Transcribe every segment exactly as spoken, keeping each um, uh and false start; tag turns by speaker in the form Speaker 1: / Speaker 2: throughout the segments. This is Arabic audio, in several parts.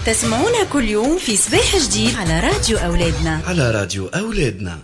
Speaker 1: تسمعونا كل يوم في صباح جديد على راديو أولادنا.
Speaker 2: على راديو أولادنا.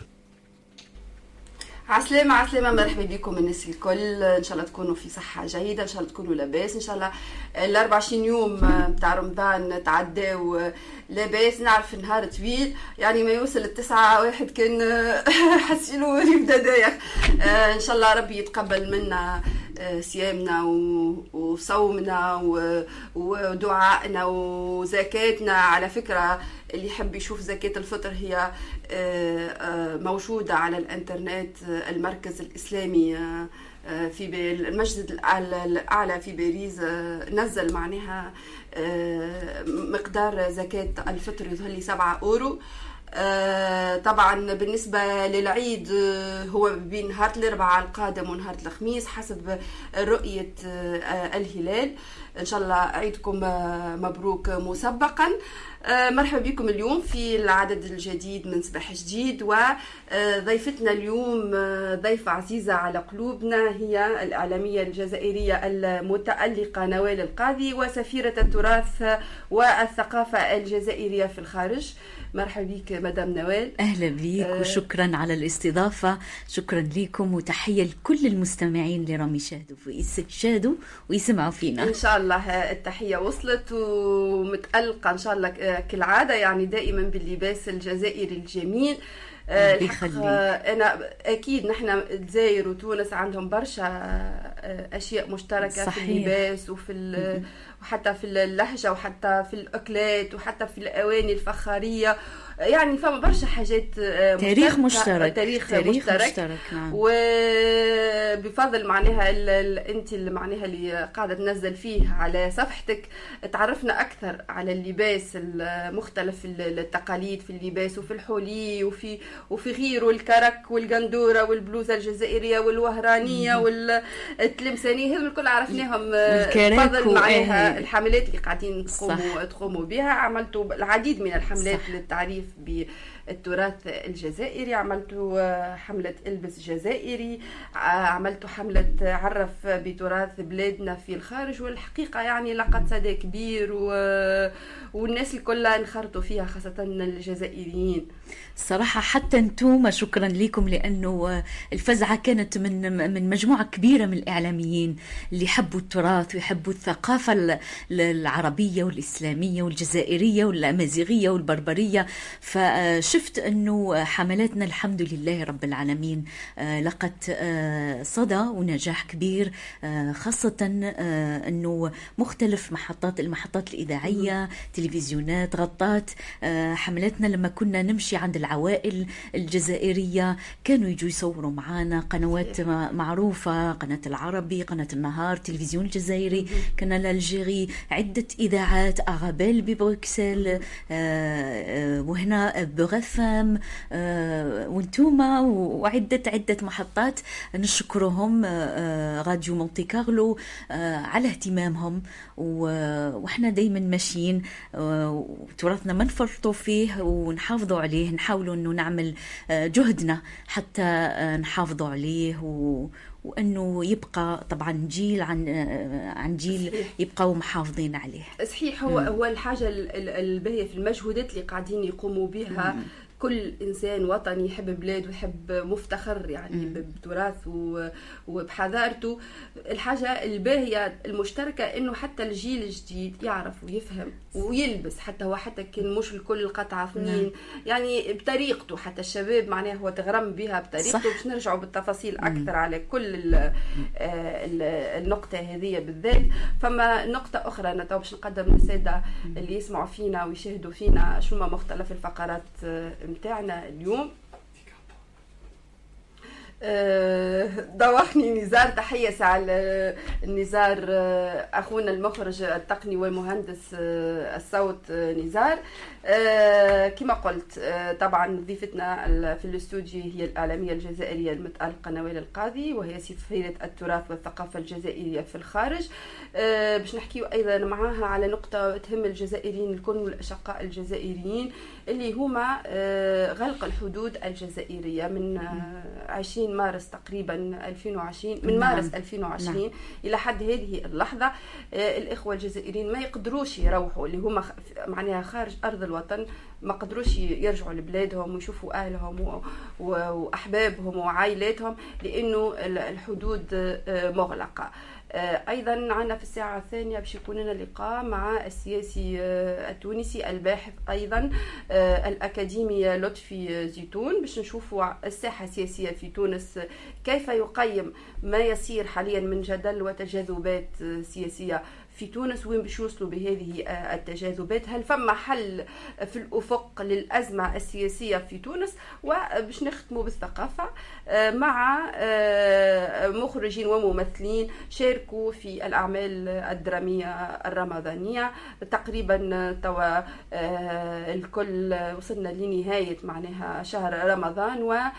Speaker 3: عسلامة عسلامة، مرحبا بكم الناس الكل. ان شاء الله تكونوا في صحة جيدة، ان شاء الله تكونوا لاباس، ان شاء الله ال أربعة وعشرين يوم بتاع رمضان تعداو لاباس. نعرف النهار طويل، يعني ما يوصل التسعة واحد كان حسينه يبدا دايخ. ان شاء الله ربي يتقبل منا صيامنا وصومنا ودعائنا وزكاتنا. على فكرة اللي يحب يشوف زكاة الفطر هي موجودة على الانترنت. المركز الإسلامي في المسجد الأعلى في باريس نزل معناها مقدار زكاة الفطر يظهر لي سبعة أورو. طبعا بالنسبة للعيد هو بين نهار الأربعاء القادم ونهار الخميس حسب رؤية الهلال. إن شاء الله عيدكم مبروك مسبقا. مرحبا بكم اليوم في العدد الجديد من صباح جديد، وضيفتنا اليوم ضيفة عزيزة على قلوبنا، هي الإعلامية الجزائرية المتألقة نوال القاضي، وسفيرة التراث والثقافة الجزائرية في الخارج. مرحبا بك مدام نوال.
Speaker 4: أهلا بك أه وشكرا على الاستضافة. شكرا لكم وتحية لكل المستمعين اللي راهم يشاهدوا ويشاهدوا ويسمعوا فينا.
Speaker 3: إن شاء الله التحية وصلت، ومتألقة إن شاء الله كالعادة، يعني دائما باللباس الجزائري الجميل. أنا أكيد نحن الجزائر وتونس عندهم برشا أشياء مشتركة. صحيح. في اللباس وفي وحتى في اللهجة وحتى في الأكلات وحتى في الأواني الفخارية، يعني فما برشا حاجات
Speaker 4: تاريخ مشترك.
Speaker 3: تاريخ,
Speaker 4: تاريخ
Speaker 3: مشترك,
Speaker 4: مشترك. نعم.
Speaker 3: وبفضل معناها أنت اللي معناها اللي قاعدة تنزل فيه على صفحتك تعرفنا أكثر على اللباس المختلف، التقاليد في اللباس وفي الحولي وفي وفي غيره، الكرك والقندورة والبلوزة الجزائرية والوهرانية والتلمسانية، هذول الكل عرفناهم بفضل معناها الحملات اللي قاعدين تقوموا تقوموا بها. عملتوا العديد من الحملات صح. للتعريف بالتراث الجزائري، عملتوا حملة البس جزائري، عملتوا حملة عرف بتراث بلادنا في الخارج، والحقيقة يعني لقد صدى كبير و... والناس الكل انخرطوا فيها، خاصة الجزائريين.
Speaker 4: صراحة حتى انتم شكرا لكم، لأنه الفزعة كانت من من مجموعة كبيرة من الإعلاميين اللي يحبوا التراث ويحبوا الثقافة العربية والإسلامية والجزائرية والأمازيغية والبربرية. فشفت أنه حملاتنا الحمد لله رب العالمين لقت صدى ونجاح كبير، خاصة أنه مختلف محطات المحطات الإذاعية تلفزيونات غطات حملاتنا. لما كنا نمشي عند العوائل الجزائرية كانوا يجوا يصوروا معانا، قنوات معروفة، قناة العربي، قناة النهار، تلفزيون الجزائري، قناة الجيري، عدة إذاعات، أغابيل ببروكسل، وهنا بغفام، وانتوما، وعدة عدة محطات. نشكرهم راديو مونتي كارلو على اهتمامهم، وإحنا دايما ماشيين وتراثنا ما نفرطوا فيه ونحافظوا عليه، نحاولوا انه نعمل جهدنا حتى نحافظوا عليه و... وانه يبقى طبعا جيل عن عن جيل يبقوا محافظين عليه.
Speaker 3: صحيح. هو هو الحاجه الباهيه في المجهودات اللي قاعدين يقوموا بها. مم. كل إنسان وطني يحب بلاده ويحب مفتخر يعني بتراثه وبحضارته. الحاجة الباهية المشتركة إنه حتى الجيل الجديد يعرف ويفهم ويلبس، حتى هو حتى كان مش الكل قطعة اثنين، يعني بطريقته، حتى الشباب معناه هو تغرم بها بطريقته. باش نرجعوا بالتفاصيل أكثر على كل ال ال النقطة هذه بالذات. فما نقطة أخرى أنا تو باش نقدم للسادة اللي يسمعوا فينا ويشاهدوا فينا شو ما مختلف الفقرات متاعنا اليوم. دوخني نزار، تحية على النزار أخونا المخرج التقني والمهندس الصوت نزار. كما قلت طبعا ضيفتنا في الاستوديو هي الإعلامية الجزائرية المتألقة نوال القاضي، وهي سفيرة التراث والثقافة الجزائرية في الخارج. باش نحكيو أيضا معها على نقطة تهم الجزائريين الكل والأشقاء الجزائريين، اللي هما غلق الحدود الجزائرية من عشرين من مارس تقريبا ألفين وعشرين من
Speaker 4: نعم.
Speaker 3: مارس ألفين وعشرين
Speaker 4: نعم.
Speaker 3: إلى حد هذه اللحظة الإخوة الجزائريين ما يقدروش يروحوا اللي هما معناها خارج أرض الوطن، ما قدروش يرجعوا لبلادهم ويشوفوا أهلهم وأحبابهم وعائلاتهم لأنه الحدود مغلقة. أيضا عنا في الساعة الثانية باش يكون لنا لقاء مع السياسي التونسي الباحث أيضا الأكاديمي لطفي زيتون باش نشوفوا الساحة السياسية في تونس كيف يقيم ما يصير حاليا من جدل وتجاذبات سياسية في تونس، وين باش يوصلوا بهذه التجاذبات، هل فما حل في الأفق للأزمة السياسية في تونس. وباش نختموا بالثقافة مع مخرجين وممثلين شاركوا في الأعمال الدرامية الرمضانية. تقريبا توا الكل وصلنا لنهاية معناها شهر رمضان،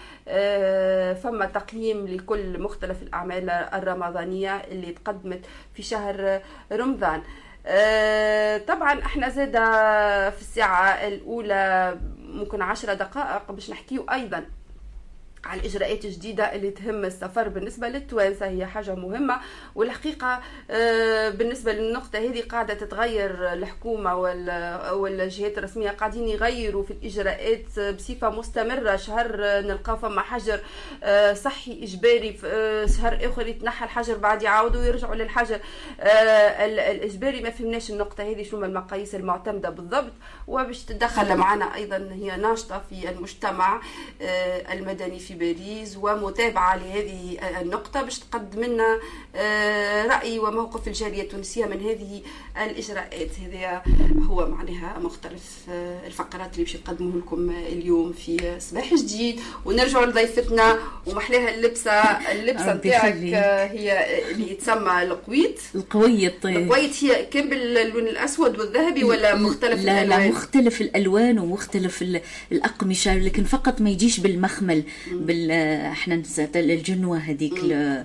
Speaker 3: وفما تقييم لكل مختلف الأعمال الرمضانية اللي تقدمت في شهر رمضان. أه طبعا احنا زادا في الساعة الأولى ممكن عشر دقائق باش نحكيو أيضا على الإجراءات الجديدة اللي تهم السفر بالنسبة للتوانسة، هي حاجة مهمة. والحقيقة بالنسبة للنقطة هذه قاعدة تتغير الحكومة والجهات الرسمية قاعدين يغيروا في الإجراءات بصفة مستمرة. شهر نلقاو فما حجر صحي إجباري، شهر آخر يتنحى الحجر بعد يعاودوا يرجعوا للحجر الإجباري. ما فهمناش النقطة هذه شنو المقاييس المعتمدة بالضبط، وباش تدخل معنا أيضا هي ناشطة في المجتمع المدني في باريس ومتابعة لهذه النقطة باش تقدم لنا رأي وموقف الجالية التونسية من هذه الإجراءات. هذا هو معناها مختلف الفقرات اللي باش نقدمه لكم اليوم في صباح جديد. ونرجع لضيفتنا ومحلاها اللبسة اللبسة نتاعك هي اللي يتسمى القويط.
Speaker 4: القويط
Speaker 3: القويط هي كان باللون الأسود والذهبي ولا مختلف
Speaker 4: لا
Speaker 3: الألوان؟
Speaker 4: لا مختلف الألوان ومختلف الأقمشة، لكن فقط ما يجيش بالمخمل بال احنا الجنوة هذيك،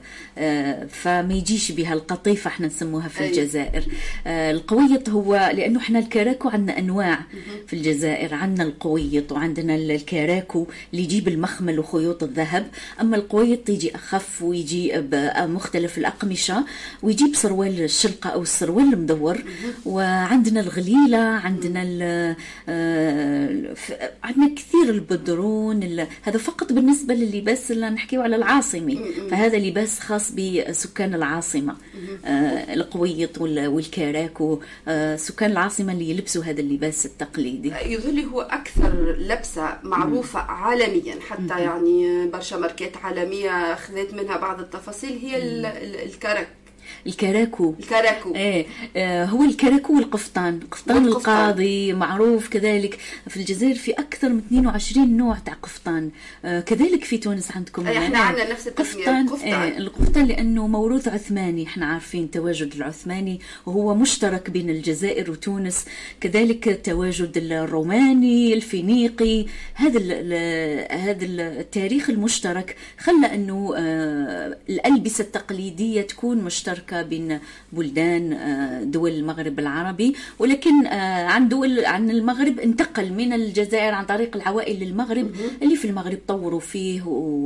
Speaker 4: فما يجيش بها القطيفة احنا نسموها في الجزائر. القويط هو لأنه احنا الكراكو عندنا أنواع في الجزائر، عندنا القويط وعندنا الكراكو اللي يجيب المخمل وخيوط الذهب، أما القويط يجي أخف ويجي بمختلف الأقمشة ويجي بسروال الشلقة أو السروال المدور. وعندنا الغليلة، عندنا عندنا كثير البدرون. هذا فقط بالنسبة لللباس اللي نحكيه على العاصمي، فهذا لباس خاص بسكان العاصمة. آه القويط والكراكو، آه سكان العاصمة اللي يلبسوا هذا اللباس التقليدي.
Speaker 3: يظل هو أكثر لبسة معروفة مم. عالميا حتى مم. يعني برشا ماركات عالمية أخذت منها بعض التفاصيل هي الكراك
Speaker 4: الكراكو
Speaker 3: الكراكو
Speaker 4: ايه آه هو الكراكو والقفطان. قفطان القاضي معروف كذلك في الجزائر، في اكثر من اثنين وعشرين نوع تاع قفطان. آه كذلك في تونس عندكم
Speaker 3: احنا يعني عندنا نفس
Speaker 4: القفطان. القفطان ايه القفطان لانه موروث عثماني، احنا عارفين تواجد العثماني وهو مشترك بين الجزائر وتونس، كذلك تواجد الروماني الفينيقي. هذا هذا التاريخ المشترك خلى انه آه الالبسه التقليديه تكون مشتركه بين بلدان دول المغرب العربي، ولكن عن دول عن المغرب انتقل من الجزائر عن طريق العوائل للمغرب اللي في المغرب طوروا فيه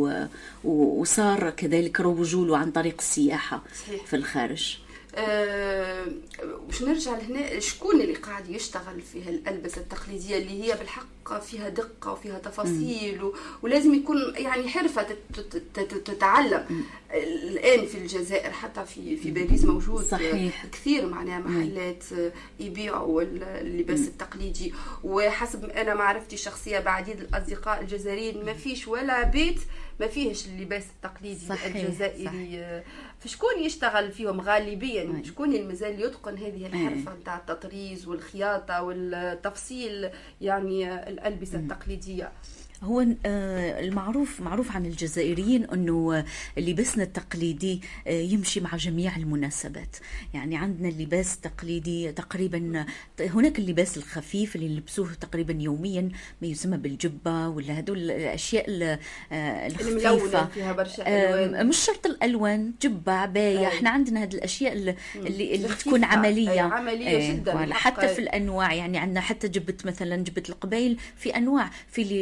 Speaker 4: وصار كذلك روجوا له عن طريق السياحة صحيح. في الخارج.
Speaker 3: أه باش نرجع لهنا، شكون اللي قاعد يشتغل في هالألبسة التقليدية اللي هي بالحق فيها دقة وفيها تفاصيل و... ولازم يكون يعني حرفة تتعلم. مم. الآن في الجزائر حتى في في باريس موجود صحيح. كثير معناها محلات يبيعوا اللباس مم. التقليدي، وحسب أنا معرفتي الشخصية بعديد الأصدقاء الجزائريين ما فيش ولا بيت ما فيهش اللباس التقليدي صحيح. الجزائري. فشكون يشتغل فيهم غالبيا؟ مم. شكون المازال يتقن هذه الحرفة نتاع التطريز والخياطة والتفصيل يعني الألبسة مم. التقليدية؟
Speaker 4: هو المعروف معروف عن الجزائريين أنه لباسنا التقليدي يمشي مع جميع المناسبات. يعني عندنا اللباس التقليدي تقريبا، هناك اللباس الخفيف اللي نلبسوه تقريبا يوميا ما يسمى بالجبة ولا هدول الأشياء الخفيفة
Speaker 3: فيها برشا ألوان،
Speaker 4: مش شرط الألوان، جبة عباية. احنا عندنا هذه الأشياء اللي, اللي, اللي تكون عملية
Speaker 3: عملية جدا
Speaker 4: حتى في الأنواع. يعني عندنا حتى جبة مثلا جبة القبيل في أنواع، في اللي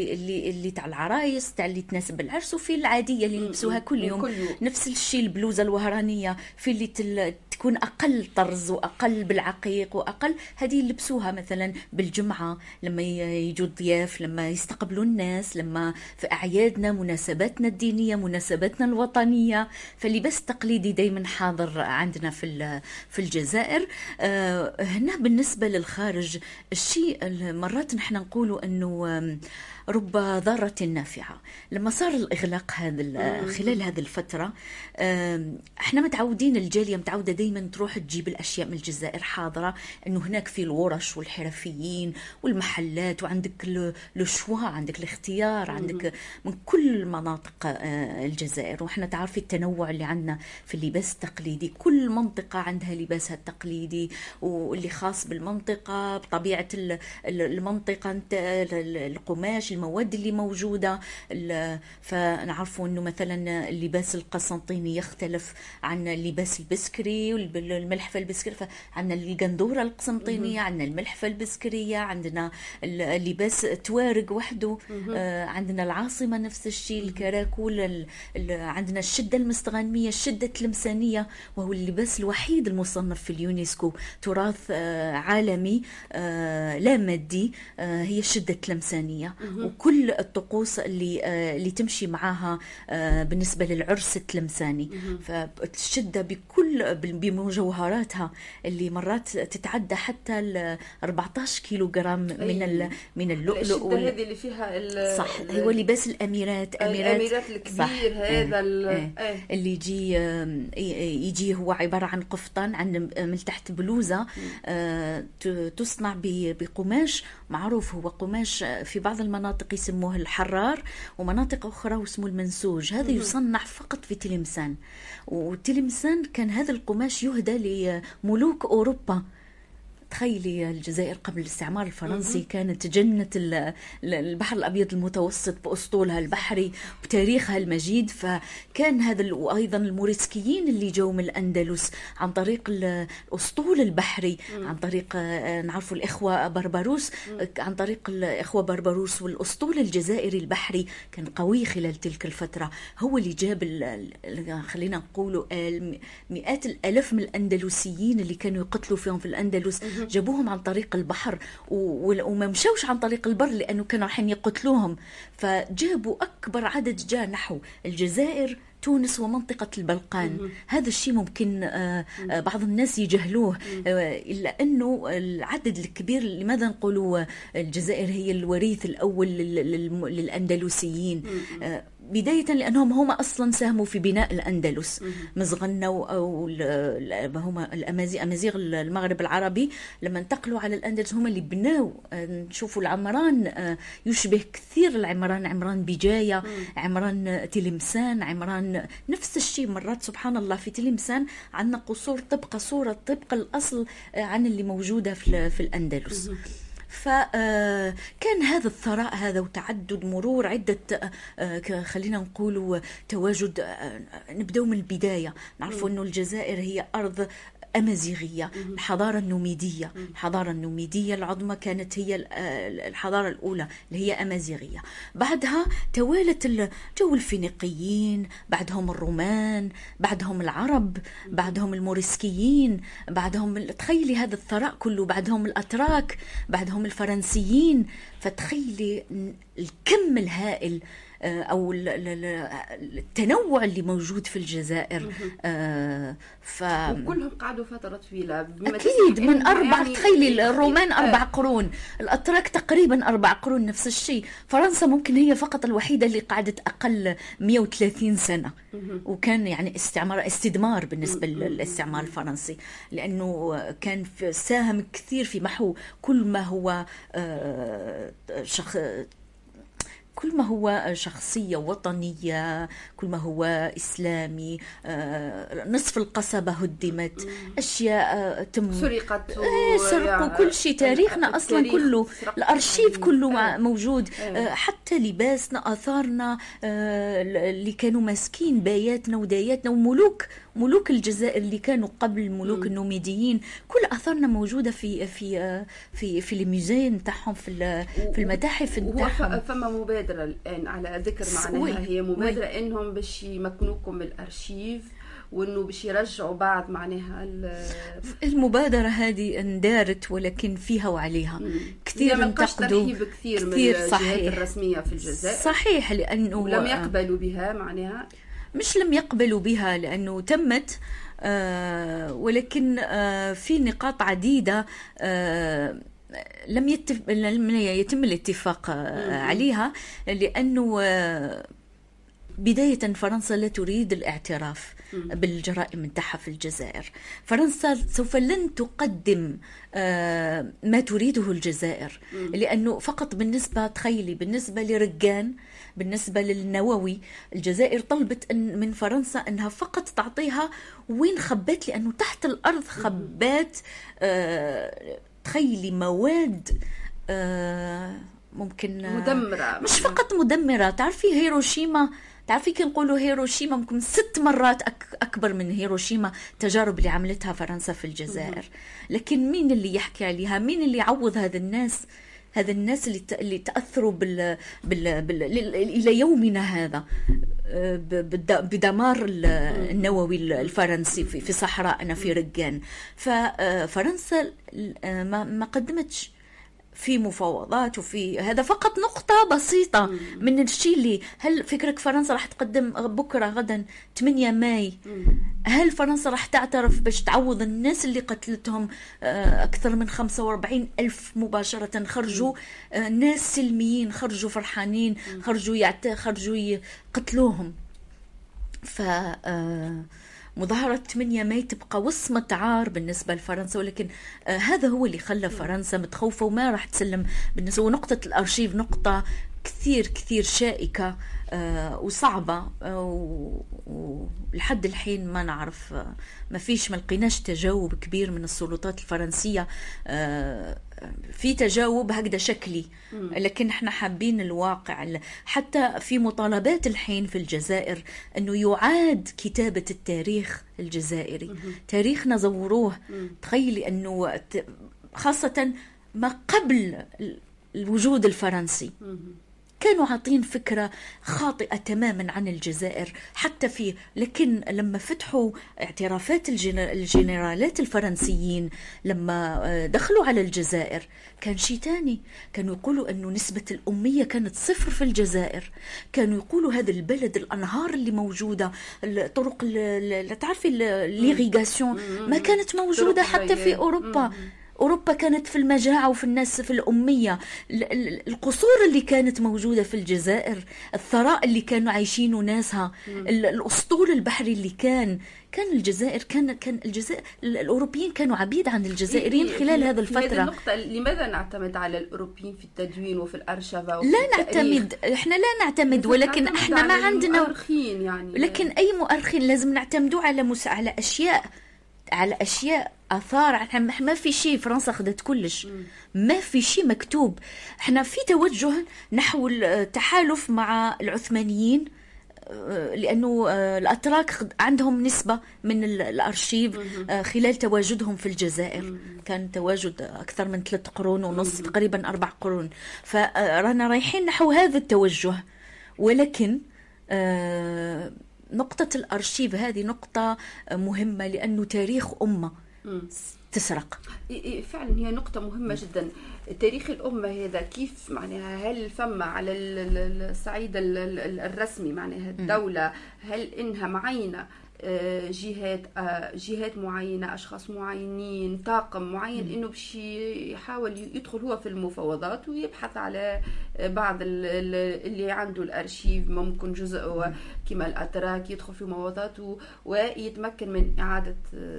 Speaker 4: اللي تاع العرايس تاع اللي تناسب العرس، وفي العاديه اللي نلبسوها كل يوم.
Speaker 3: كل يوم.
Speaker 4: نفس الشيء البلوزه الوهرانيه في اللي تل... تكون اقل طرز واقل بالعقيق واقل، هذه يلبسوها مثلا بالجمعه لما يجوا الضياف، لما يستقبلوا الناس، لما في اعيادنا، مناسباتنا الدينيه، مناسباتنا الوطنيه. فاللباس التقليدي دائما حاضر عندنا في في الجزائر. آه هنا بالنسبه للخارج الشيء مرات نحن نقولوا انه رب ضارة نافعة. لما صار الإغلاق هذا خلال هذه الفترة، احنا متعودين، الجالية متعودة دايما تروح تجيب الأشياء من الجزائر حاضرة، انه هناك في الورش والحرفيين والمحلات، وعندك الشوا، عندك الاختيار، عندك من كل مناطق الجزائر. واحنا تعرفي التنوع اللي عندنا في اللباس التقليدي، كل منطقة عندها لباسها التقليدي واللي خاص بالمنطقة، بطبيعة المنطقة، القماش، المواد اللي موجودة. فنعرفوا أنه مثلا اللباس القسنطيني يختلف عن اللباس البسكري والملحفة البسكرية. فعندنا القندورة القسنطينية، عندنا الملحفة البسكرية، عندنا اللباس توارق وحده، عندنا العاصمة نفس الشيء، الكراكول، عندنا الشدة المستغانمية، الشدة التلمسانية، وهو اللباس الوحيد المصنف في اليونسكو تراث عالمي لا مادي، هي الشدة التلمسانية. وكل الطقوس اللي اللي تمشي معاها بالنسبة للعرس التلمساني، فالشدة بكل بمجوهراتها اللي مرات تتعدى حتى ال أربعة عشر كيلو جرام من من اللؤلؤ.
Speaker 3: الشدة هذه اللي فيها
Speaker 4: صح، هو لباس الأميرات،
Speaker 3: أميرات, الأميرات الكبير هذا
Speaker 4: اه اه اللي يجي يجي هو عبارة عن قفطان، عن من تحت بلوزة اه تصنع بقماش معروف، هو قماش في بعض المناطق يسموه الحرار، ومناطق أخرى اسمه المنسوج. هذا يصنع فقط في تلمسان، وتلمسان كان هذا القماش يهدى لملوك أوروبا. تخيلي الجزائر قبل الاستعمار الفرنسي كانت جنة البحر الأبيض المتوسط بأسطولها البحري بتاريخها المجيد. فكان هذا، وأيضا الموريسكيين اللي جو من الأندلس عن طريق الأسطول البحري، عن طريق نعرفوا الإخوة بربروس، عن طريق الإخوة بربروس، والأسطول الجزائري البحري كان قوي خلال تلك الفترة. هو اللي جاب خلينا نقولوا مئات الألاف من الأندلسيين اللي كانوا يقتلوا فيهم في الأندلس، جابوهم عن طريق البحر وما مشوش عن طريق البر لأنه كانوا رايحين يقتلوهم. فجابوا أكبر عدد جاء نحو الجزائر، تونس ومنطقة البلقان. هذا الشيء ممكن بعض الناس يجهلوه، إلا أنه العدد الكبير، لماذا نقولوا الجزائر هي الوريث الأول للأندلسيين؟ بداية لأنهم هم أصلا ساهموا في بناء الأندلس، مزغنة أو هم الأمازيغ، أمازيغ المغرب العربي لما انتقلوا على الأندلس هم اللي بناوا. نشوفوا العمران يشبه كثير العمران، عمران بجاية، عمران تلمسان، عمران نفس الشيء. مرات سبحان الله في تلمسان عندنا قصور تبقى صورة طبق الأصل عن اللي موجودة في الأندلس. فكان هذا الثراء هذا وتعدد مرور عدة، خلينا نقولوا تواجد. نبدأ من البداية، نعرفوا أنه الجزائر هي أرض أمازيغية. الحضارة النوميدية، الحضارة النوميدية العظمى كانت هي الحضارة الأولى اللي هي أمازيغية. بعدها توالت جو الفينيقيين، بعدهم الرومان، بعدهم العرب، بعدهم الموريسكيين، بعدهم تخيلي هذا الثراء كله، بعدهم الأتراك، بعدهم الفرنسيين. فتخيلي الكم الهائل أو التنوع اللي موجود في الجزائر.
Speaker 3: ف... وكلهم قعدوا فترة طويلة
Speaker 4: أكيد، من أربع يعني... تخيلي الرومان أربع قرون، الأتراك تقريبا أربع قرون، نفس الشيء. فرنسا ممكن هي فقط الوحيدة اللي قعدت أقل مئة وثلاثين سنة، وكان يعني استعمار استدمار بالنسبة للاستعمار الفرنسي، لأنه كان ساهم كثير في محو كل ما هو شخ كل ما هو شخصية وطنية، كل ما هو إسلامي. نصف القصبة هدمت، أشياء تم
Speaker 3: سرقت،
Speaker 4: سرقوا كل شيء. تاريخنا أصلا كله، الأرشيف كله موجود، حتى لباسنا، آثارنا اللي كانوا ماسكين باياتنا وداياتنا، وملوك ملوك الجزائر اللي كانوا قبل الملوك النوميديين، كل آثارنا موجودة في في في في الميزي نتاعهم، في في المتاحف نتاعهم.
Speaker 3: فما مبادرة الآن على ذكر معناها، هي مبادرة وي. إنهم باش يمكنوكم الأرشيف وانه باش يرجعوا بعض معناها
Speaker 4: المبادره هذه اندارت، ولكن فيها وعليها مم. كثير انتقدوا
Speaker 3: كثير من الجهات الرسميه في الجزائر.
Speaker 4: صحيح، لانه
Speaker 3: لم يقبلوا بها معناها،
Speaker 4: مش لم يقبلوا بها لانه تمت آه ولكن آه في نقاط عديده آه لم يتف... لم يتم الاتفاق آه عليها، لانه آه بداية فرنسا لا تريد الاعتراف بالجرائم نتاعها في الجزائر. فرنسا سوف لن تقدم ما تريده الجزائر، لأنه فقط بالنسبة تخيلي بالنسبة لرجان، بالنسبة للنووي، الجزائر طلبت أن من فرنسا أنها فقط تعطيها وين خبات، لأنه تحت الأرض خبات تخيلي مواد ممكن
Speaker 3: مدمرة،
Speaker 4: مش فقط مدمرة. تعرفي هيروشيما، تعرفي كي نقولوا هيروشيما ممكن ست مرات أك أكبر من هيروشيما التجارب اللي عملتها فرنسا في الجزائر. لكن مين اللي يحكي عليها؟ مين اللي يعوض هذا الناس؟ هذا الناس اللي اللي تأثروا بال, بال... بال... إلى يومنا هذا بدمار النووي الفرنسي في, في صحراءنا في رجان. ففرنسا ما قدمتش في مفاوضات، وفي هذا فقط نقطة بسيطة مم. من الشيء اللي هل فكرك فرنسا راح تقدم بكرة غدا ثمانية ماي؟ مم. هل فرنسا راح تعترف باش تعوض الناس اللي قتلتهم أكثر من خمسة وأربعين ألف مباشرة؟ خرجوا ناس سلميين، خرجوا فرحانين، مم. خرجوا يعت... خرجوا يقتلوهم. ف مظاهرة ثمانية ماي تبقى وصمة عار بالنسبة لفرنسا، ولكن آه هذا هو اللي خلى فرنسا متخوفة وما راح تسلم. بالنسبة ونقطة الأرشيف نقطة كثير كثير شائكة آه وصعبة، آه ولحد الحين ما نعرف، آه ما فيش ما لقيناش تجاوب كبير من السلطات الفرنسية. آه في تجاوب هكذا شكلي، لكن احنا حابين الواقع. حتى في مطالبات الحين في الجزائر انه يعاد كتابة التاريخ الجزائري. تاريخنا زوروه. تخيلي انه خاصة ما قبل الوجود الفرنسي كانوا عاطين فكرة خاطئة تماما عن الجزائر حتى في، لكن لما فتحوا اعترافات الجنرالات الفرنسيين لما دخلوا على الجزائر كان شيء تاني. كانوا يقولوا أنه نسبة الأمية كانت صفر في الجزائر. كانوا يقولوا هذا البلد الأنهار اللي موجودة، الطرق اللي تعرفي الليغيغاسيون ما كانت موجودة حتى في أوروبا. أوروبا كانت في المجاعة وفي الناس في الأمية. القصور اللي كانت موجودة في الجزائر، الثراء اللي كانوا عايشينه ناسها، الأسطول البحري اللي كان كان الجزائر كان كان الجزائر الأوروبيين كانوا عبيد عن الجزائريين خلال هذه الفترة.
Speaker 3: في هذه النقطة لماذا نعتمد على الأوروبيين في التدوين وفي الأرشفة وفي
Speaker 4: لا نعتمد، إحنا لا نعتمد، ولكن إحنا ما عندنا
Speaker 3: يعني.
Speaker 4: لكن أي مؤرخين لازم نعتمدوا على مس... على أشياء على أشياء آثار. ما في شيء فرنسا أخذت كلش، ما في شيء مكتوب. احنا في توجه نحو التحالف مع العثمانيين، لأنه الأتراك عندهم نسبة من الأرشيف خلال تواجدهم في الجزائر. كان تواجد أكثر من ثلاث قرون ونص، تقريبا أربع قرون. فرانا رايحين نحو هذا التوجه، ولكن نقطة الأرشيف هذه نقطة مهمة، لأنه تاريخ أمة تسرق.
Speaker 3: فعلا هي نقطة مهمة جدا. تاريخ الأمة هذا كيف معناها، هل فما على الصعيد الرسمي معناها الدولة هل إنها معينة جهات جهات معينة، أشخاص معينين، طاقم معين إنه باش يحاول يدخل هو في المفاوضات ويبحث على بعض اللي عنده الأرشيف، ممكن جزء كما الأتراك يدخل في مفاوضات ويتمكن من إعادة.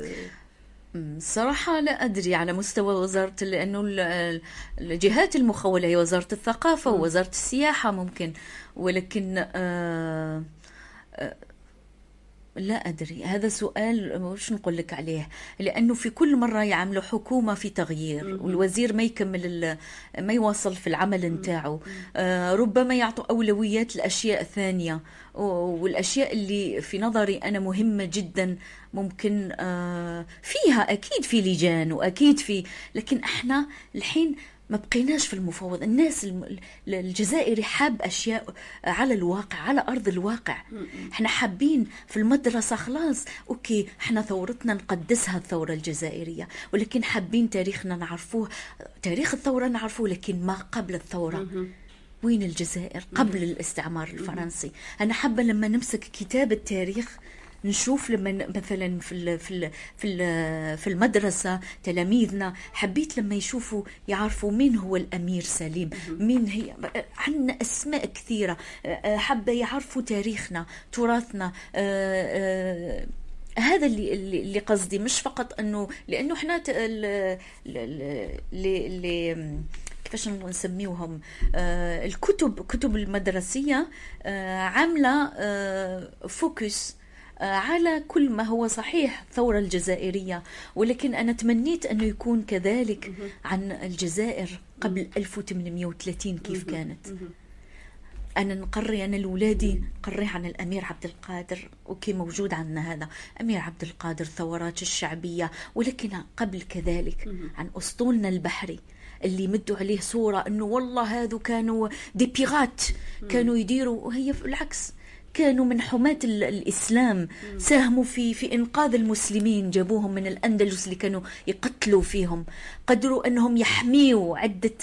Speaker 4: صراحة لا أدري على مستوى وزارة، لأنه الجهات المخولة هي وزارة الثقافة ووزارة السياحة ممكن، ولكن آه لا أدري، هذا سؤال وش نقول لك عليه، لأنه في كل مرة يعملوا حكومة في تغيير والوزير ما يكمل ما يواصل في العمل نتاعه، آه ربما يعطوا أولويات لأشياء ثانية، والأشياء اللي في نظري أنا مهمة جدا ممكن آه فيها أكيد في لجان وأكيد في، لكن احنا الحين ما بقيناش في المفاوض. الناس الجزائري حاب أشياء على الواقع، على أرض الواقع. احنا حابين في المدرسة خلاص أوكي، احنا ثورتنا نقدسها الثورة الجزائرية، ولكن حابين تاريخنا نعرفوه، تاريخ الثورة نعرفوه، لكن ما قبل الثورة. وين الجزائر قبل الاستعمار الفرنسي؟ أنا حابة لما نمسك كتاب التاريخ نشوف لما مثلا في ال في ال في ال في المدرسة تلاميذنا، حبيت لما يشوفوا يعرفوا مين هو الأمير سليم، مين هي، عندنا أسماء كثيرة، حابة يعرفوا تاريخنا تراثنا. هذا اللي اللي قصدي، مش فقط انه لانه احنا اللي كيفاش نسميوهم آه الكتب كتب المدرسية آه عاملة آه فوكس على كل ما هو صحيح الثورة الجزائرية، ولكن أنا تمنيت أنه يكون كذلك عن الجزائر قبل ألف وثمانمئة وثلاثين كيف كانت. أنا نقري أنا الأولادي نقري عن الأمير عبد القادر، أوكي موجود عندنا هذا أمير عبد القادر، الثورات الشعبية، ولكن قبل كذلك عن أسطولنا البحري اللي مدوا عليه صورة أنه والله هذو كانوا دي بيغات، كانوا يديروا، وهي العكس، كانوا من حماة الإسلام، ساهموا في في إنقاذ المسلمين، جابوهم من الأندلس اللي كانوا يقتلوا فيهم، قدروا أنهم يحميوا عدة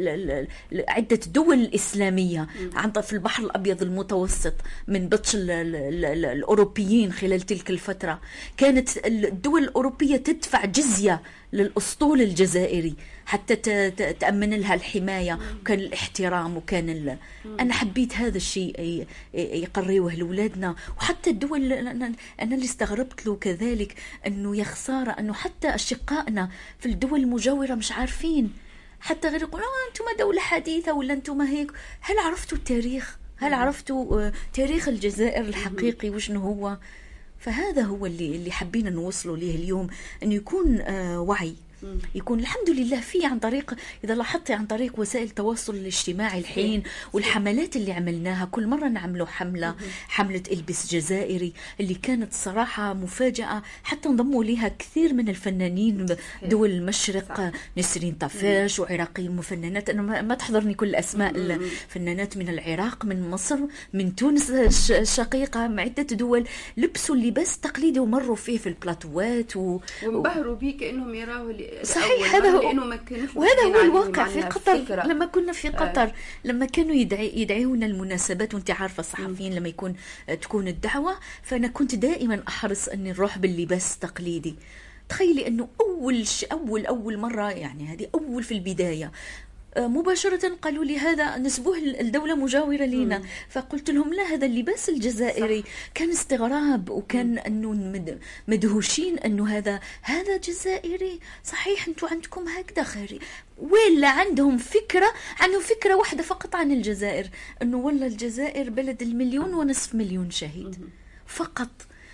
Speaker 4: عدة دول إسلامية عن في البحر الأبيض المتوسط من بطش الأوروبيين. خلال تلك الفترة كانت الدول الأوروبية تدفع جزية للأسطول الجزائري حتى تأمن لها الحماية، وكان الاحترام، وكان ال... أنا حبيت هذا الشيء يقريوه لأولادنا. وحتى الدول أنا اللي استغربت له كذلك أنه يخسارة أنه حتى أشقائنا في الدول المجاورة مش عارفين، حتى غير يقولون آه أنتم دولة حديثة ولا أنتم هيك. هل عرفتوا التاريخ؟ هل عرفتوا تاريخ الجزائر الحقيقي وشنو هو؟ فهذا هو اللي اللي حبينا نوصله ليه اليوم، أنه يكون آه وعي، يكون الحمد لله في عن طريق، إذا لاحظتي عن طريق وسائل التواصل الاجتماعي الحين والحملات اللي عملناها، كل مرة نعملوا حملة، حملة البس جزائري اللي كانت صراحة مفاجأة، حتى انضموا لها كثير من الفنانين دول المشرق، نسرين طفاش وعراقيين مفننات، أنا ما تحضرني كل أسماء الفنانات، من العراق، من مصر، من تونس الشقيقة، من عدة دول، لبسوا اللباس التقليدي ومروا فيه في البلاتوات و...
Speaker 3: وانبهروا بيه كأنهم يراهوا.
Speaker 4: صحيح، هذا هو، وهذا هو الواقع في قطر. فكرة. لما كنا في قطر آه. لما كانوا يدعي يدعيونا المناسبات، وانت عارفة الصحفيين لما يكون تكون الدعوة، فأنا كنت دائما أحرص أني نروح باللباس التقليدي. تخيلي أنه أول ش... أول أول مرة، يعني هذه أول في البداية مباشرة قالوا لي هذا نسبوه الدولة مجاورة لنا، فقلت لهم لا، هذا اللباس الجزائري. صح. كان استغراب، وكان مم. أنه مدهوشين أنه هذا هذا جزائري صحيح، أنتوا عندكم هكذا خيري، ولا عندهم فكرة عنه، فكرة واحدة فقط عن الجزائر، أنه والله الجزائر بلد المليون ونصف مليون شهيد مم. فقط.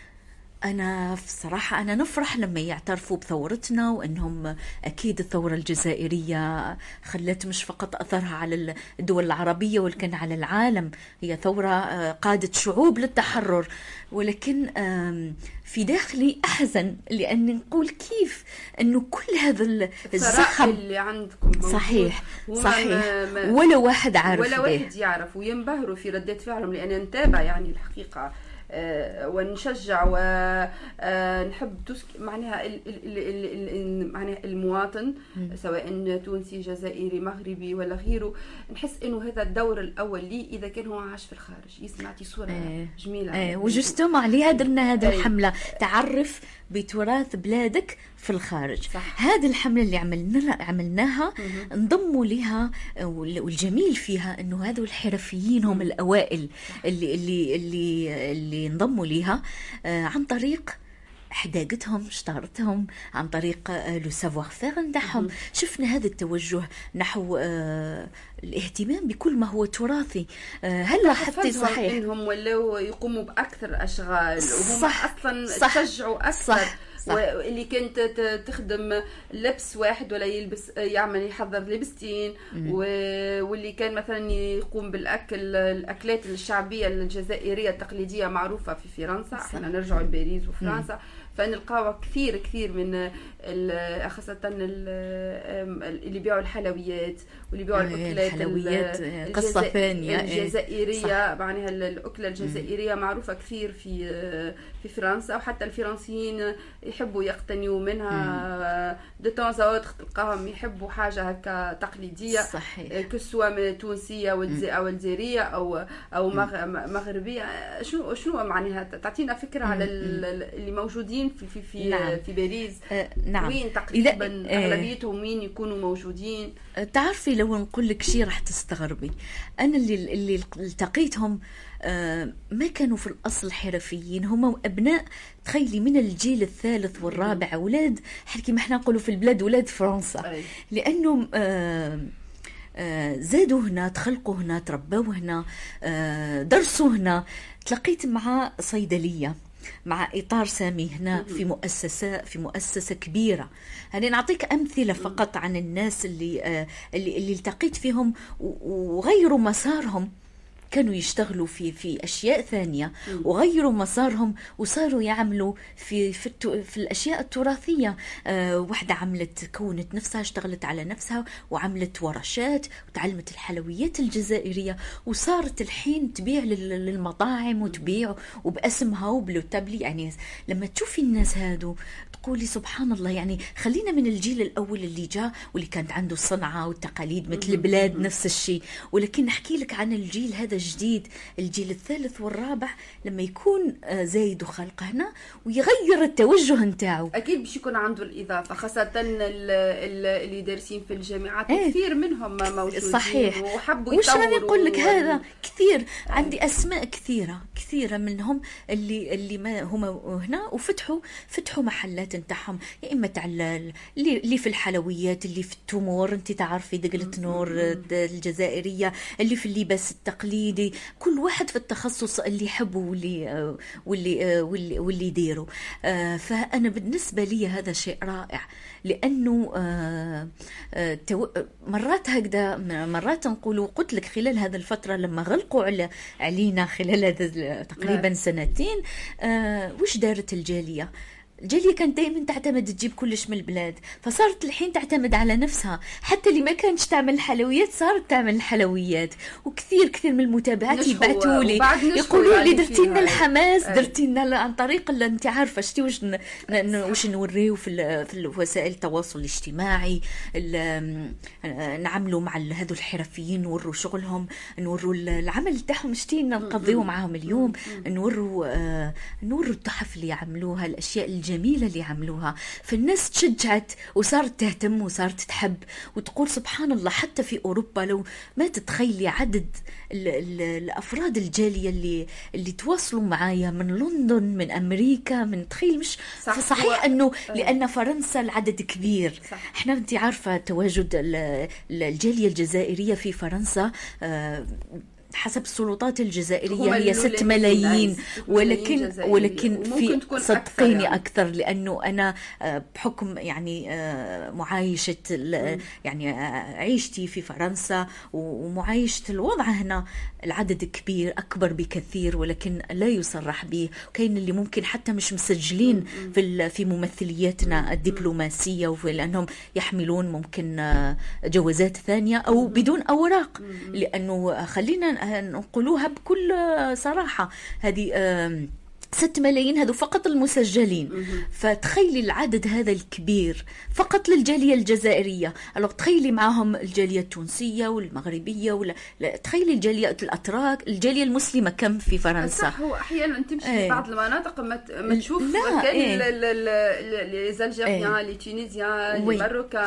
Speaker 4: أنا صراحة أنا نفرح لما يعترفوا بثورتنا، وأنهم أكيد الثورة الجزائرية خلت مش فقط أثرها على الدول العربية ولكن على العالم، هي ثورة قادت شعوب للتحرر، ولكن في داخلي أحزن لأن نقول كيف أنه كل هذا الزخم
Speaker 3: اللي عندكم
Speaker 4: صحيح صحيح ولا واحد عارف،
Speaker 3: ولا واحد يعرف، وينبهروا في ردة فعلهم، لأن نتابع يعني الحقيقة أه ونشجع ونحب معناها ال ال ال ال معناها المواطن م. سواء تونسي جزائري مغربي ولا غيره، نحس انه هذا الدور الاول لي اذا كان هو عاش في الخارج، يسمعتي صوره ايه جميله
Speaker 4: ايه وجستم عليها درنا هذه الحمله تعرف بتراث بلادك في الخارج. صح. هذه الحملة اللي عملنا عملناها مم. انضموا لها، والجميل فيها انه هذول الحرفيين هم الأوائل اللي اللي اللي اللي انضموا لها آه عن طريق حداقتهم شطارتهم عن طريق لو سافوار فير نتاعهم. شفنا هذا التوجه نحو آه الاهتمام بكل ما هو تراثي. آه هل لاحظتي صحيح
Speaker 3: انهم ولاو يقوموا باكثر اشغال وهم
Speaker 4: صح
Speaker 3: اصلا
Speaker 4: صح
Speaker 3: تشجعوا اكثر
Speaker 4: صح صح.
Speaker 3: واللي كانت تخدم لبس واحد ولا يلبس يعمل يحضر لبستين، واللي كان مثلا يقوم بالاكل الاكلات الشعبيه الجزائريه التقليديه معروفه في فرنسا. احنا نرجعوا لباريس وفرنسا فنلقاو كثير كثير من خاصة اللي بيعوا الحلويات واللي بيعوا الأكلات
Speaker 4: الحلويات قصة ثانية
Speaker 3: الجزائرية. معناها الأكلة الجزائرية معروفة كثير في في فرنسا، وحتى الفرنسيين يحبوا يقتنيوا منها. دو تون زاوت تلقاهم يحبوا حاجة هكا تقليدية كسوا تونسية أو الجزائرية أو أو مغربية. شنو شنو معناها تعطينا فكرة على اللي موجودين في في في,
Speaker 4: نعم.
Speaker 3: في باريس.
Speaker 4: آه نعم.
Speaker 3: وين تقريبا اغلبيتهم وين يكونوا موجودين؟
Speaker 4: تعرفي لو نقول لك شيء راح تستغربي. انا اللي اللي التقيتهم آه ما كانوا في الاصل حرفيين، هم ابناء تخيلي من الجيل الثالث والرابع، اولاد كما احنا نقولوا في البلاد اولاد فرنسا. أي. لانهم آه آه زادوا هنا، تخلقوا هنا، تربوا هنا، آه درسوا هنا. تلقيت مع صيدليه مع إطار سامي هنا في مؤسسة في مؤسسة كبيرة. أنا نعطيك أمثلة فقط عن الناس اللي آه اللي اللي التقيت فيهم وغيروا مسارهم. كانوا يشتغلوا في في أشياء ثانية وغيروا مسارهم وصاروا يعملوا في في, في الأشياء التراثية. آه واحدة عملت كونت نفسها، اشتغلت على نفسها وعملت ورشات وتعلمت الحلويات الجزائرية، وصارت الحين تبيع للمطاعم وتبيع وباسمها وبلوتابلي. يعني لما تشوفي الناس هادو تقولي سبحان الله. يعني خلينا من الجيل الأول اللي جاء واللي كانت عنده الصنعة والتقاليد مثل البلاد نفس الشيء، ولكن نحكي لك عن الجيل هذا الجديد، الجيل الثالث والرابع، لما يكون زايد وخلق هنا ويغير التوجه نتاعو
Speaker 3: أكيد باش يكون عنده الإضافة. خاصة اللي دارسين في الجامعات ايه. كثير منهم موجودين
Speaker 4: صحيح
Speaker 3: وحبوا يطوروا.
Speaker 4: وش نقول لك هذا كثير ايه. عندي أسماء كثيرة كثيرة منهم اللي اللي ما هم هنا وفتحوا فتحوا محلات نتاعهم، يا اما تاع اللي اللي في الحلويات، اللي في التمور، انت تعرفي دقلة نور الجزائريه، اللي في اللباس التقليدي. كل واحد في التخصص اللي يحبه واللي واللي واللي, واللي يديره. فانا بالنسبه لي هذا شيء رائع، لانه مرات هكذا مرات نقولوا قلت لك خلال هذه الفتره لما غلقوا علينا خلال هذا تقريبا سنتين، وش دارت الجاليه؟ الجالية كانت دائما تعتمد تجيب كلش من البلاد، فصارت الحين تعتمد على نفسها. حتى اللي ما كانتش تعمل حلويات صارت تعمل حلويات، وكثير كثير من المتابعات يبعثوا لي يقولوا لي درتي لنا الحماس، درتي لنا عن طريق اللي انت عارفه شتي وش وش نوريو في في وسائل التواصل الاجتماعي، نعملوا مع هذو الحرفيين، نوروا شغلهم، نوروا العمل تاعهم، شتي نقضيو معاهم اليوم، نوروا نوروا التحف اللي يعملوها، الاشياء الجميلة الجميلة اللي عملوها. فالناس تشجعت وصارت تهتم وصارت تحب وتقول سبحان الله. حتى في أوروبا لو ما تتخيلي عدد ال ال الأفراد الجالية اللي اللي تواصلوا معايا من لندن، من أمريكا، من تخيل مش صح. صحيح أنه لأن فرنسا العدد كبير صح. احنا انت عارفة تواجد الجالية الجزائرية في فرنسا آه حسب السلطات الجزائرية هي ست ملايين، ولكن ولكن في صدقيني يعني. أكثر لأنه أنا بحكم يعني معايشة يعني عيشتي في فرنسا ومعايشة الوضع هنا، العدد كبير أكبر بكثير، ولكن لا يصرح به. كاين اللي ممكن حتى مش مسجلين في في ممثلياتنا الدبلوماسية، لأنهم يحملون ممكن جوازات ثانية أو بدون أوراق. لأنه خلينا نقولوها بكل صراحة، هذه ست ملايين هذو فقط المسجلين. فتخيلي العدد هذا الكبير فقط للجالية الجزائرية. ألو تخيلي معهم الجالية التونسية والمغربية، ولا تخيلي الجالية الأتراك، الجالية المسلمة كم في فرنسا.
Speaker 3: صح، هو أحيانا تمشي في بعض المناطق ما تشوف كان لي الجزائريين، لي تونسيين، لي ماروكان،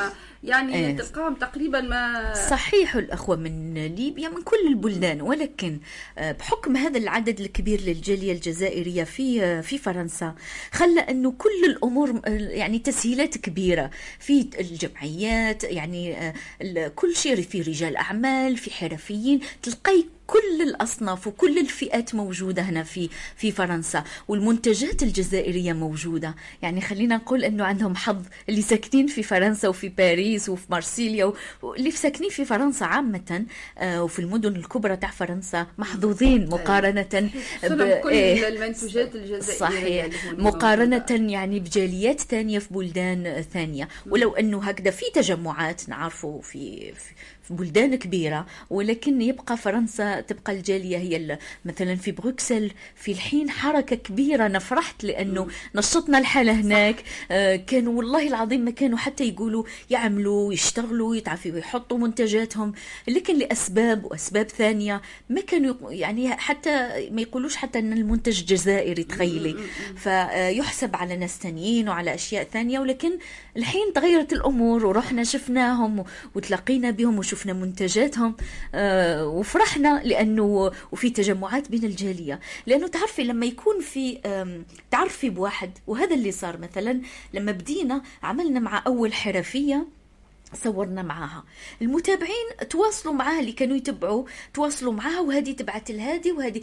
Speaker 3: يعني
Speaker 4: إيه.
Speaker 3: تلقاهم تقريبا ما
Speaker 4: صحيح، الأخوة من ليبيا من كل البلدان، ولكن بحكم هذا العدد الكبير للجالية الجزائرية في في فرنسا خلى أنه كل الأمور يعني تسهيلات كبيرة في الجمعيات، يعني كل شيء، في رجال أعمال، في حرفيين، تلقي كل الأصناف وكل الفئات موجودة هنا في في فرنسا، والمنتجات الجزائرية موجودة. يعني خلينا نقول أنه عندهم حظ اللي ساكنين في فرنسا وفي باريس وفي مارسيليا واللي ساكنين في فرنسا عامة وفي المدن الكبرى تاع فرنسا محظوظين مقارنة
Speaker 3: بكل المنتجات الجزائرية.
Speaker 4: صحيح، مقارنة يعني بجاليات ثانية في بلدان ثانية. ولو أنه هكذا في تجمعات نعرفه في, في في بلدان كبيرة، ولكن يبقى فرنسا تبقى الجالية هي مثلا في بروكسل في الحين حركة كبيرة. أنا فرحت لأنه نشطنا الحالة هناك. آه كانوا والله العظيم ما كانوا حتى يقولوا يعملوا يشتغلوا يتعافوا ويحطوا منتجاتهم، لكن لأسباب وأسباب ثانية ما كانوا يعني حتى ما يقولوش حتى أن المنتج جزائري، تخيلي. فيحسب على ناس ثانيين وعلى أشياء ثانية، ولكن الحين تغيرت الأمور ورحنا شفناهم وتلاقينا بهم وشفنا منتجاتهم. آه وفرحنا لأنه وفي تجمعات بين الجالية، لأنه تعرفي لما يكون في تعرفي بواحد، وهذا اللي صار مثلا لما بدينا عملنا مع أول حرفية صورنا معاها، المتابعين تواصلوا معاها اللي كانوا يتبعوا تواصلوا معاها، وهذه تبعت الهادي وهذه،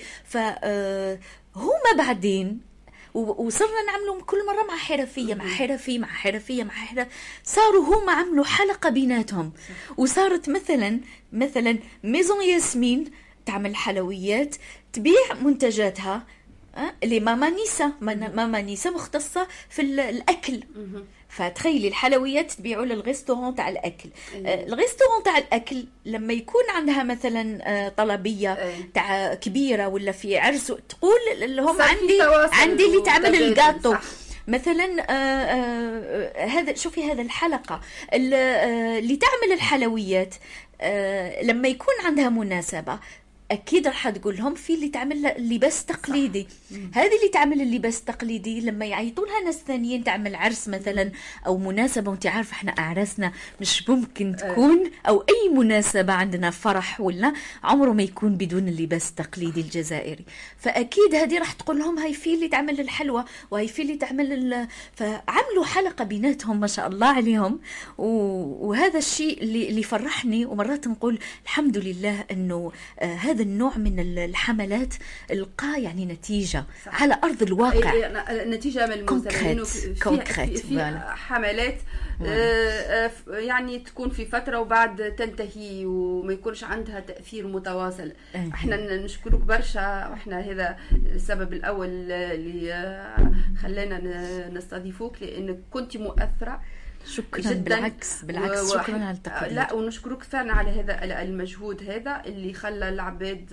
Speaker 4: فهم بعدين وصرنا نعملوا كل مرة مع حرفية مع حرفي مع حرفية مع حرفية، صاروا هم عملوا حلقة بيناتهم. وصارت مثلا مثلا ميزون ياسمين تعمل حلويات تبيع منتجاتها اللي ماما نيسا ماما نيسا مختصة في الأكل. فتخيلي الحلويات تبيعوا للغيستورون تاع الأكل. الغيستورون تاع الأكل لما يكون عندها مثلا طلبية تاع كبيرة ولا في عرس، تقول لهم عندي عندي اللي تعمل الجاتو مثلا. آآ آآ هذا شوفي هذا الحلقة اللي تعمل الحلويات لما يكون عندها مناسبة أكيد راح تقول لهم في اللي تعمل اللباس تقليدي. هذه اللي تعمل اللباس التقليدي لما يعيطوا لها ناس ثانيين تعمل عرس مثلا أو مناسبة، وانت عارفة احنا أعراسنا مش ممكن تكون أو أي مناسبة عندنا فرح ولا عمره ما يكون بدون اللباس التقليدي الجزائري. فأكيد هذه راح تقول لهم هاي في اللي تعمل الحلوى وهي في اللي تعمل ال... فعملوا حلقة بيناتهم ما شاء الله عليهم. و... وهذا الشيء اللي, اللي فرحني. ومرات نقول الحمد لله أنه آه هذا النوع من الحملات لقى يعني نتيجة صح. على أرض الواقع،
Speaker 3: نتيجة من المزارعين. في, في حملات آه يعني تكون في فترة وبعد تنتهي وما يكونش عندها تأثير متواصل. أه. احنا نشكرك برشا، واحنا هذا السبب الأول اللي خلانا نستضيفوك، لأنك كنت مؤثرة.
Speaker 4: شكرا جداً. بالعكس بالعكس و... شكرا على التقدير.
Speaker 3: لا ونشكرك فعلا على هذا المجهود هذا اللي خلى العباد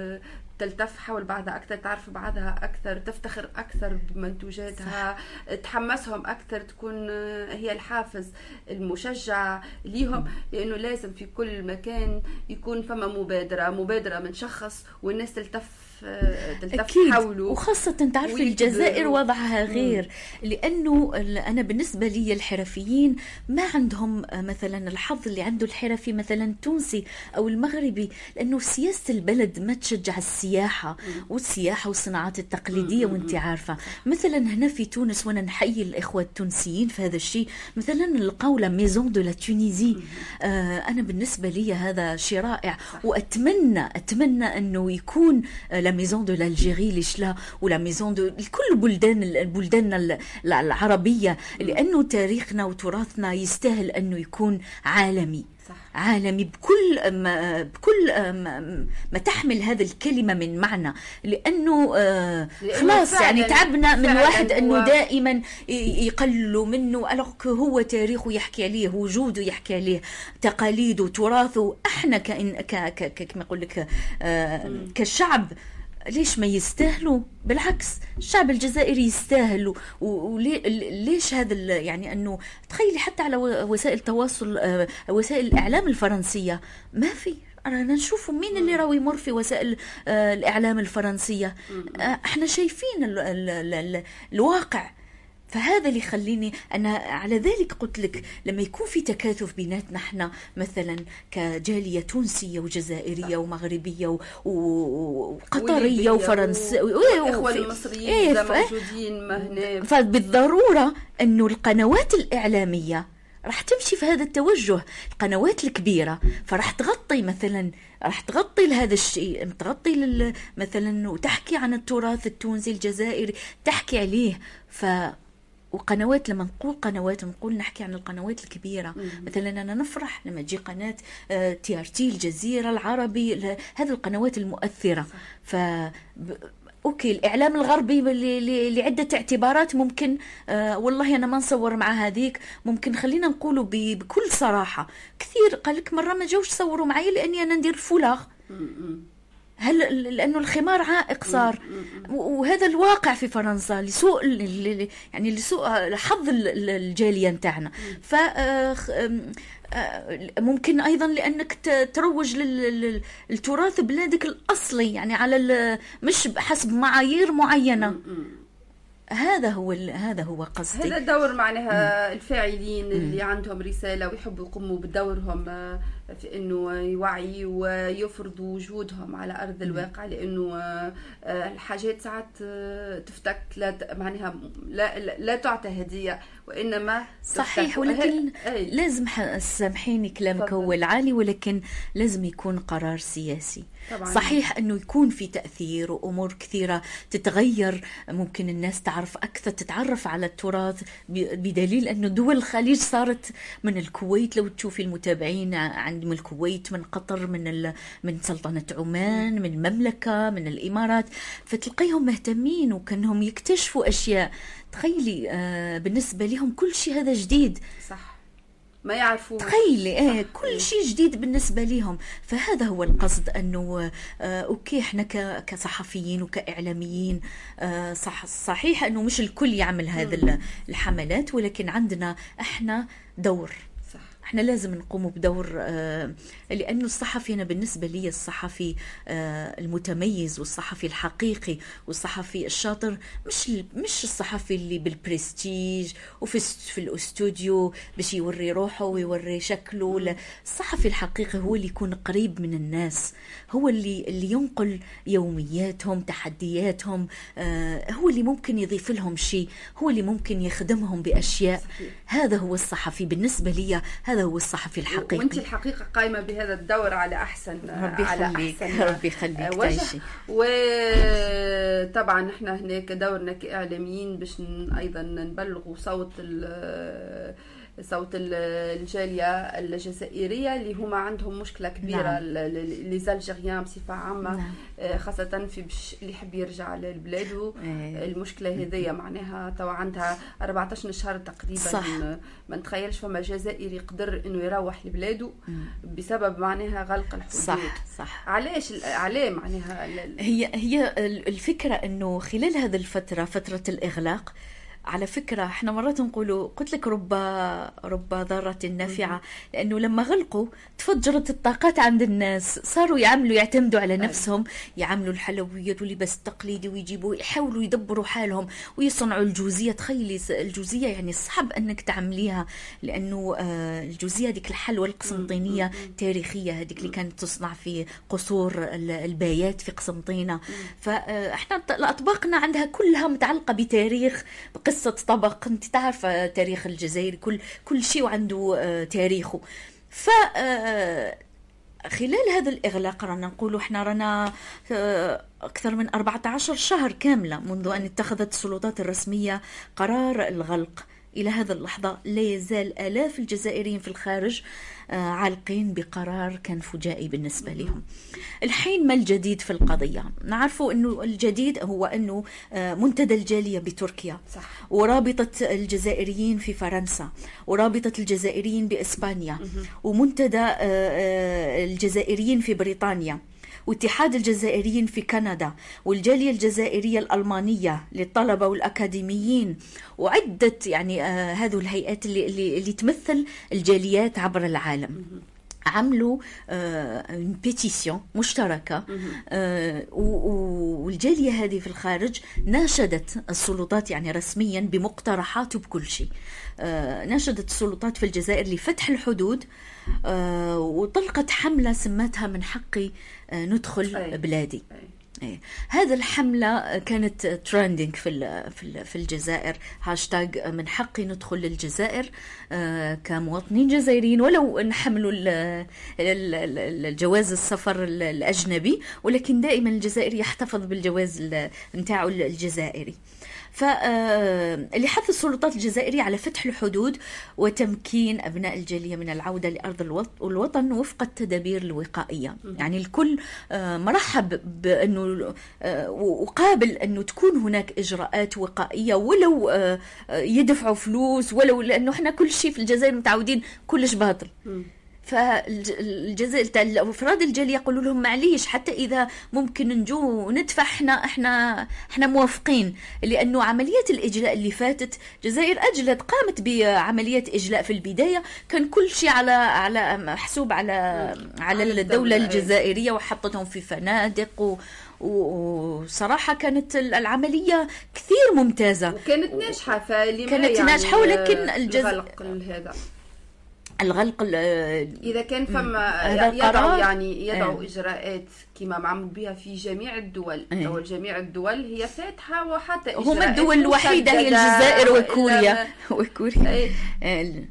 Speaker 3: تلتف حول بعضها أكثر، تعرف بعضها أكثر، تفتخر أكثر بمنتوجاتها، تحمسهم أكثر، تكون هي الحافز المشجع ليهم. لأنه لازم في كل مكان يكون فما مبادرة مبادرة من شخص والناس تلتف
Speaker 4: أكيد حوله. وخاصة تعرف الجزائر وضعها غير، لأنه أنا بالنسبة لي الحرفيين ما عندهم مثلا الحظ اللي عنده الحرفي مثلا التونسي أو المغربي، لأنه سياسة البلد ما تشجع السياحة والسياحة والصناعات التقليدية. وانت عارفة مثلا هنا في تونس، وانا نحيي الإخوة التونسيين في هذا الشيء، مثلا القولة ميزون دو لا تونيزي، آه أنا بالنسبة لي هذا شيء رائع. وأتمنى أتمنى أنه يكون لا ميزون دو l'Algérie ليش لا، ولا ميزون دو كل بلدان البلدان العربية، لأنه تاريخنا وتراثنا يستاهل أنه يكون عالمي. صح. عالمي بكل ما بكل ما, ما تحمل هذا الكلمة من معنى، لأنه آه خلاص يعني تعبنا من واحد أنه دائما يقلوا منه، ألوك هو تاريخه يحكي عليه، وجوده يحكي عليه، تقاليده وتراثه. احنا كإن ك ك كما أقول لك آه كشعب ليش ما يستاهلوا؟ بالعكس الشعب الجزائري يستاهل. وليش هذا يعني أنه تخيلي حتى على وسائل التواصل وسائل الإعلام الفرنسية ما في، أنا نشوفوا مين اللي راوي يمر في وسائل الإعلام الفرنسية. احنا شايفين ال ال ال ال الواقع فهذا اللي يخليني أنا على ذلك قلت لك لما يكون في تكاثف بيناتنا احنا مثلا كجالية تونسية وجزائرية ومغربية وقطرية وفرنسية
Speaker 3: والإخوة المصريين إيه موجودين هنا،
Speaker 4: فبالضرورة أنه القنوات الإعلامية راح تمشي في هذا التوجه، القنوات الكبيرة فراح تغطي مثلا راح تغطي لهذا الشيء، تغطي مثلا وتحكي عن التراث التونسي الجزائري، تحكي عليه. ف وقنوات لما نقول قنوات نقول نحكي عن القنوات الكبيرة. مم. مثلا أنا نفرح لما تجي قناة تي ار تي الجزيرة العربي، هذه القنوات المؤثرة. ف أوكي الإعلام الغربي لعدة اعتبارات ممكن آه والله أنا ما نصور مع هذيك، ممكن خلينا نقوله بكل صراحة كثير قال لك مرة ما جوش صوروا معي لأني أنا ندير فولاغ، هل لأنه الخمار عائق صار، وهذا الواقع في فرنسا لسوء يعني لسوء حظ الجالية نتاعنا. ف ممكن أيضا لأنك تروج للتراث بلادك الأصلي يعني على مش حسب معايير معينة. هذا هو هذا هو قصدي.
Speaker 3: هذا دور معناها الفاعلين اللي عندهم رسالة ويحبوا يقوموا بدورهم في انه يوعي ويفرضوا وجودهم على ارض الواقع، لانه الحاجات ساعات تفتك لا معناها لا لا تعطى هدية وانما
Speaker 4: صحيح. ولكن أي. لازم سامحيني كلامك هو العالي، ولكن لازم يكون قرار سياسي. طبعاً. صحيح أنه يكون في تأثير وأمور كثيرة تتغير، ممكن الناس تعرف أكثر، تتعرف على التراث، بدليل أنه دول الخليج صارت من الكويت، لو تشوفي المتابعين عند من الكويت من قطر من من سلطنة عمان من المملكة من الإمارات، فتلقيهم مهتمين وكانهم يكتشفوا أشياء. تخيلي آه بالنسبة لهم كل شيء هذا جديد.
Speaker 3: صح، ما يعرفوا.
Speaker 4: تخيلي ايه كل شيء جديد بالنسبه لهم. فهذا هو القصد، انه آه اوكي احنا كصحفيين وكاعلاميين آه صح صحيح انه مش الكل يعمل هذا الحملات، ولكن عندنا احنا دور. صح. احنا لازم نقوم بدور، آه لانه الصحفي، انا بالنسبه لي الصحفي آه المتميز والصحفي الحقيقي والصحفي الشاطر مش مش الصحفي اللي بالبرستيج وفي في الاستوديو باش يوري روحه ويوري شكله. لا، الصحفي الحقيقي هو اللي يكون قريب من الناس، هو اللي اللي ينقل يومياتهم تحدياتهم، آه هو اللي ممكن يضيف لهم شيء، هو اللي ممكن يخدمهم باشياء. صحيح. هذا هو الصحفي بالنسبه لي، هذا هو الصحفي الحقيقي.
Speaker 3: وانت الحقيقه قايمه بهذا الدور على احسن
Speaker 4: ربي
Speaker 3: على
Speaker 4: يخليك.
Speaker 3: احسن
Speaker 4: ربي يخليك تعيشي.
Speaker 3: وطبعا احنا هناك دورنا كاعلاميين باش ايضا نبلغوا صوت صوت الجاليه الجزائريه اللي هما عندهم مشكله كبيره. نعم. لي زالجيريان بصفه عامه. نعم. خاصه في بش اللي يحب يرجع لبلاده. ايه. المشكله هذيا معناها تو عندها أربعة عشر شهر تقريبا. صح. ما نتخيلش فما جزائري يقدر انه يروح لبلاده بسبب معناها غلق الحدود.
Speaker 4: صح صح.
Speaker 3: علاش عليه معناها
Speaker 4: هي هي الفكره انه خلال هذه الفتره فتره الاغلاق، على فكرة احنا مرات نقولوا قلت لك رب رب ضارة نافعة، لأنه لما غلقوا تفجرت الطاقات عند الناس، صاروا يعملوا يعتمدوا على نفسهم، يعملوا الحلويات واللباس التقليدي ويجيبوا يحاولوا يدبروا حالهم ويصنعوا الجوزية. تخيلي الجوزية يعني صعب أنك تعمليها، لأنه الجوزية هذيك الحلوى القسنطينية تاريخية، هذيك اللي كانت تصنع في قصور البايات في قسنطينة. فاحنا أطباقنا عندها كلها متعلقة بتاريخ، قصة طبق، انت تعرف تاريخ الجزائر، كل كل شيء وعنده تاريخه. ف خلال هذا الإغلاق رانا نقولوا احنا رانا أكثر من أربعة عشر شهر كاملة منذ أن اتخذت السلطات الرسمية قرار الغلق. إلى هذا اللحظة لا يزال آلاف الجزائريين في الخارج عالقين بقرار كان فجائي بالنسبة لهم. الحين ما الجديد في القضية؟ نعرفوا أنه الجديد هو أنه منتدى الجالية بتركيا. صح. ورابطة الجزائريين في فرنسا، ورابطة الجزائريين بإسبانيا، ومنتدى الجزائريين في بريطانيا، واتحاد الجزائريين في كندا، والجالية الجزائرية الألمانية للطلبة والأكاديميين، وعدة يعني آه هذه الهيئات اللي, اللي, اللي تمثل الجاليات عبر العالم. عملوا بيتيسيون مشتركة، والجالية هذه في الخارج ناشدت السلطات يعني رسميا بمقترحات وبكل شيء. ناشدت السلطات في الجزائر لفتح الحدود، وطلقت حملة سمتها من حقي ندخل بلادي. هذا الحملة كانت ترندينج في في الجزائر، هاشتاج من حقي ندخل للجزائر كمواطنين جزائريين ولو نحملوا الجواز السفر الأجنبي، ولكن دائما الجزائري يحتفظ بالجواز نتاعو الجزائري. فاللي حث السلطات الجزائرية على فتح الحدود وتمكين أبناء الجالية من العودة لأرض الوطن وفق التدابير الوقائية. يعني الكل مرحب بأنه وقابل أنه تكون هناك إجراءات وقائية ولو يدفعوا فلوس، ولو لأنه احنا كل شيء في الجزائر متعودين كلش باطل. فالجزائر افراد الجاليه يقولوا لهم معليش حتى اذا ممكن نجو ندفع، احنا احنا احنا موافقين، لانه عمليه الاجلاء اللي فاتت الجزائر اجلت قامت بعمليه اجلاء في البدايه، كان كل شيء على على محسوب على على الدوله الجزائريه وحطتهم في فنادق و وصراحة كانت العملية كثير ممتازة
Speaker 3: وكانت ناجحة. فلما
Speaker 4: كانت يعني ناجحة، ولكن
Speaker 3: الجزائر هذا
Speaker 4: الغلق
Speaker 3: إذا كان فما يضعوا يعني يضعوا اه. إجراءات كما معمول بها في جميع الدول، اه. أو جميع الدول هي فاتحة، وحتى
Speaker 4: هم الدول الوحيدة هي الجزائر وكوريا وكوريا اه.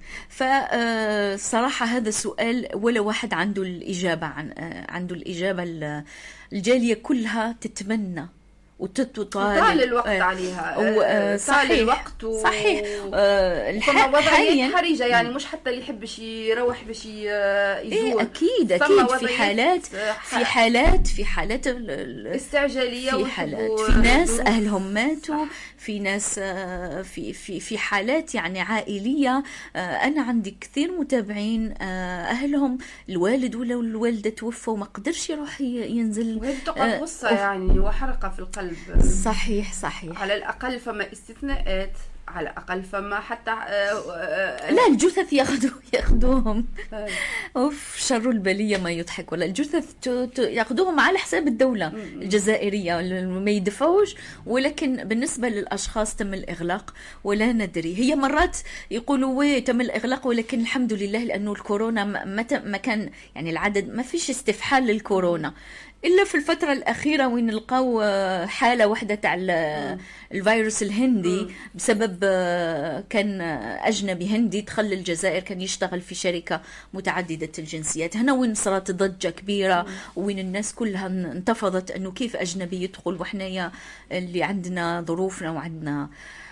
Speaker 4: فصراحة هذا السؤال ولا واحد عنده الإجابة عن عنده الإجابة. الجالية كلها تتمنى
Speaker 3: وطال الوقت آه عليها
Speaker 4: آه
Speaker 3: طال الوقت و...
Speaker 4: صحيح آه
Speaker 3: وضعيات حرجة، يعني مش حتى اللي يحبش يروح باش يزور.
Speaker 4: إيه أكيد أكيد في حالات في حالات في حالات
Speaker 3: استعجالية،
Speaker 4: في حالات في ناس أهلهم ماتوا، في ناس في في في حالات يعني عائلية. أنا عندي كثير متابعين أهلهم الوالد ولا الوالدة توفوا وما قدرش يروح ينزل،
Speaker 3: وهذه تقع غصة يعني وحرقة في القلب.
Speaker 4: صحيح صحيح.
Speaker 3: على الأقل فما استثناءات، على الأقل فما حتى
Speaker 4: لا الجثث ياخذوا ياخذوهم اوف شر البلية ما يضحك، ولا الجثث ياخذوهم على حساب الدولة الجزائرية ما يدفعوش، ولكن بالنسبة للأشخاص تم الإغلاق ولا ندري. هي مرات يقولوا وي تم الإغلاق، ولكن الحمد لله لأنه الكورونا ما كان يعني العدد ما فيش استفحال للكورونا إلا في الفترة الأخيرة وين لقوا حالة واحدة تاع الفيروس الهندي بسبب كان أجنبي هندي دخل الجزائر، كان يشتغل في شركة متعددة الجنسيات. هنا وين صارت ضجة كبيرة وين الناس كلها انتفضت أنه كيف أجنبي يدخل وإحنا اللي عندنا ظروفنا وعندنا.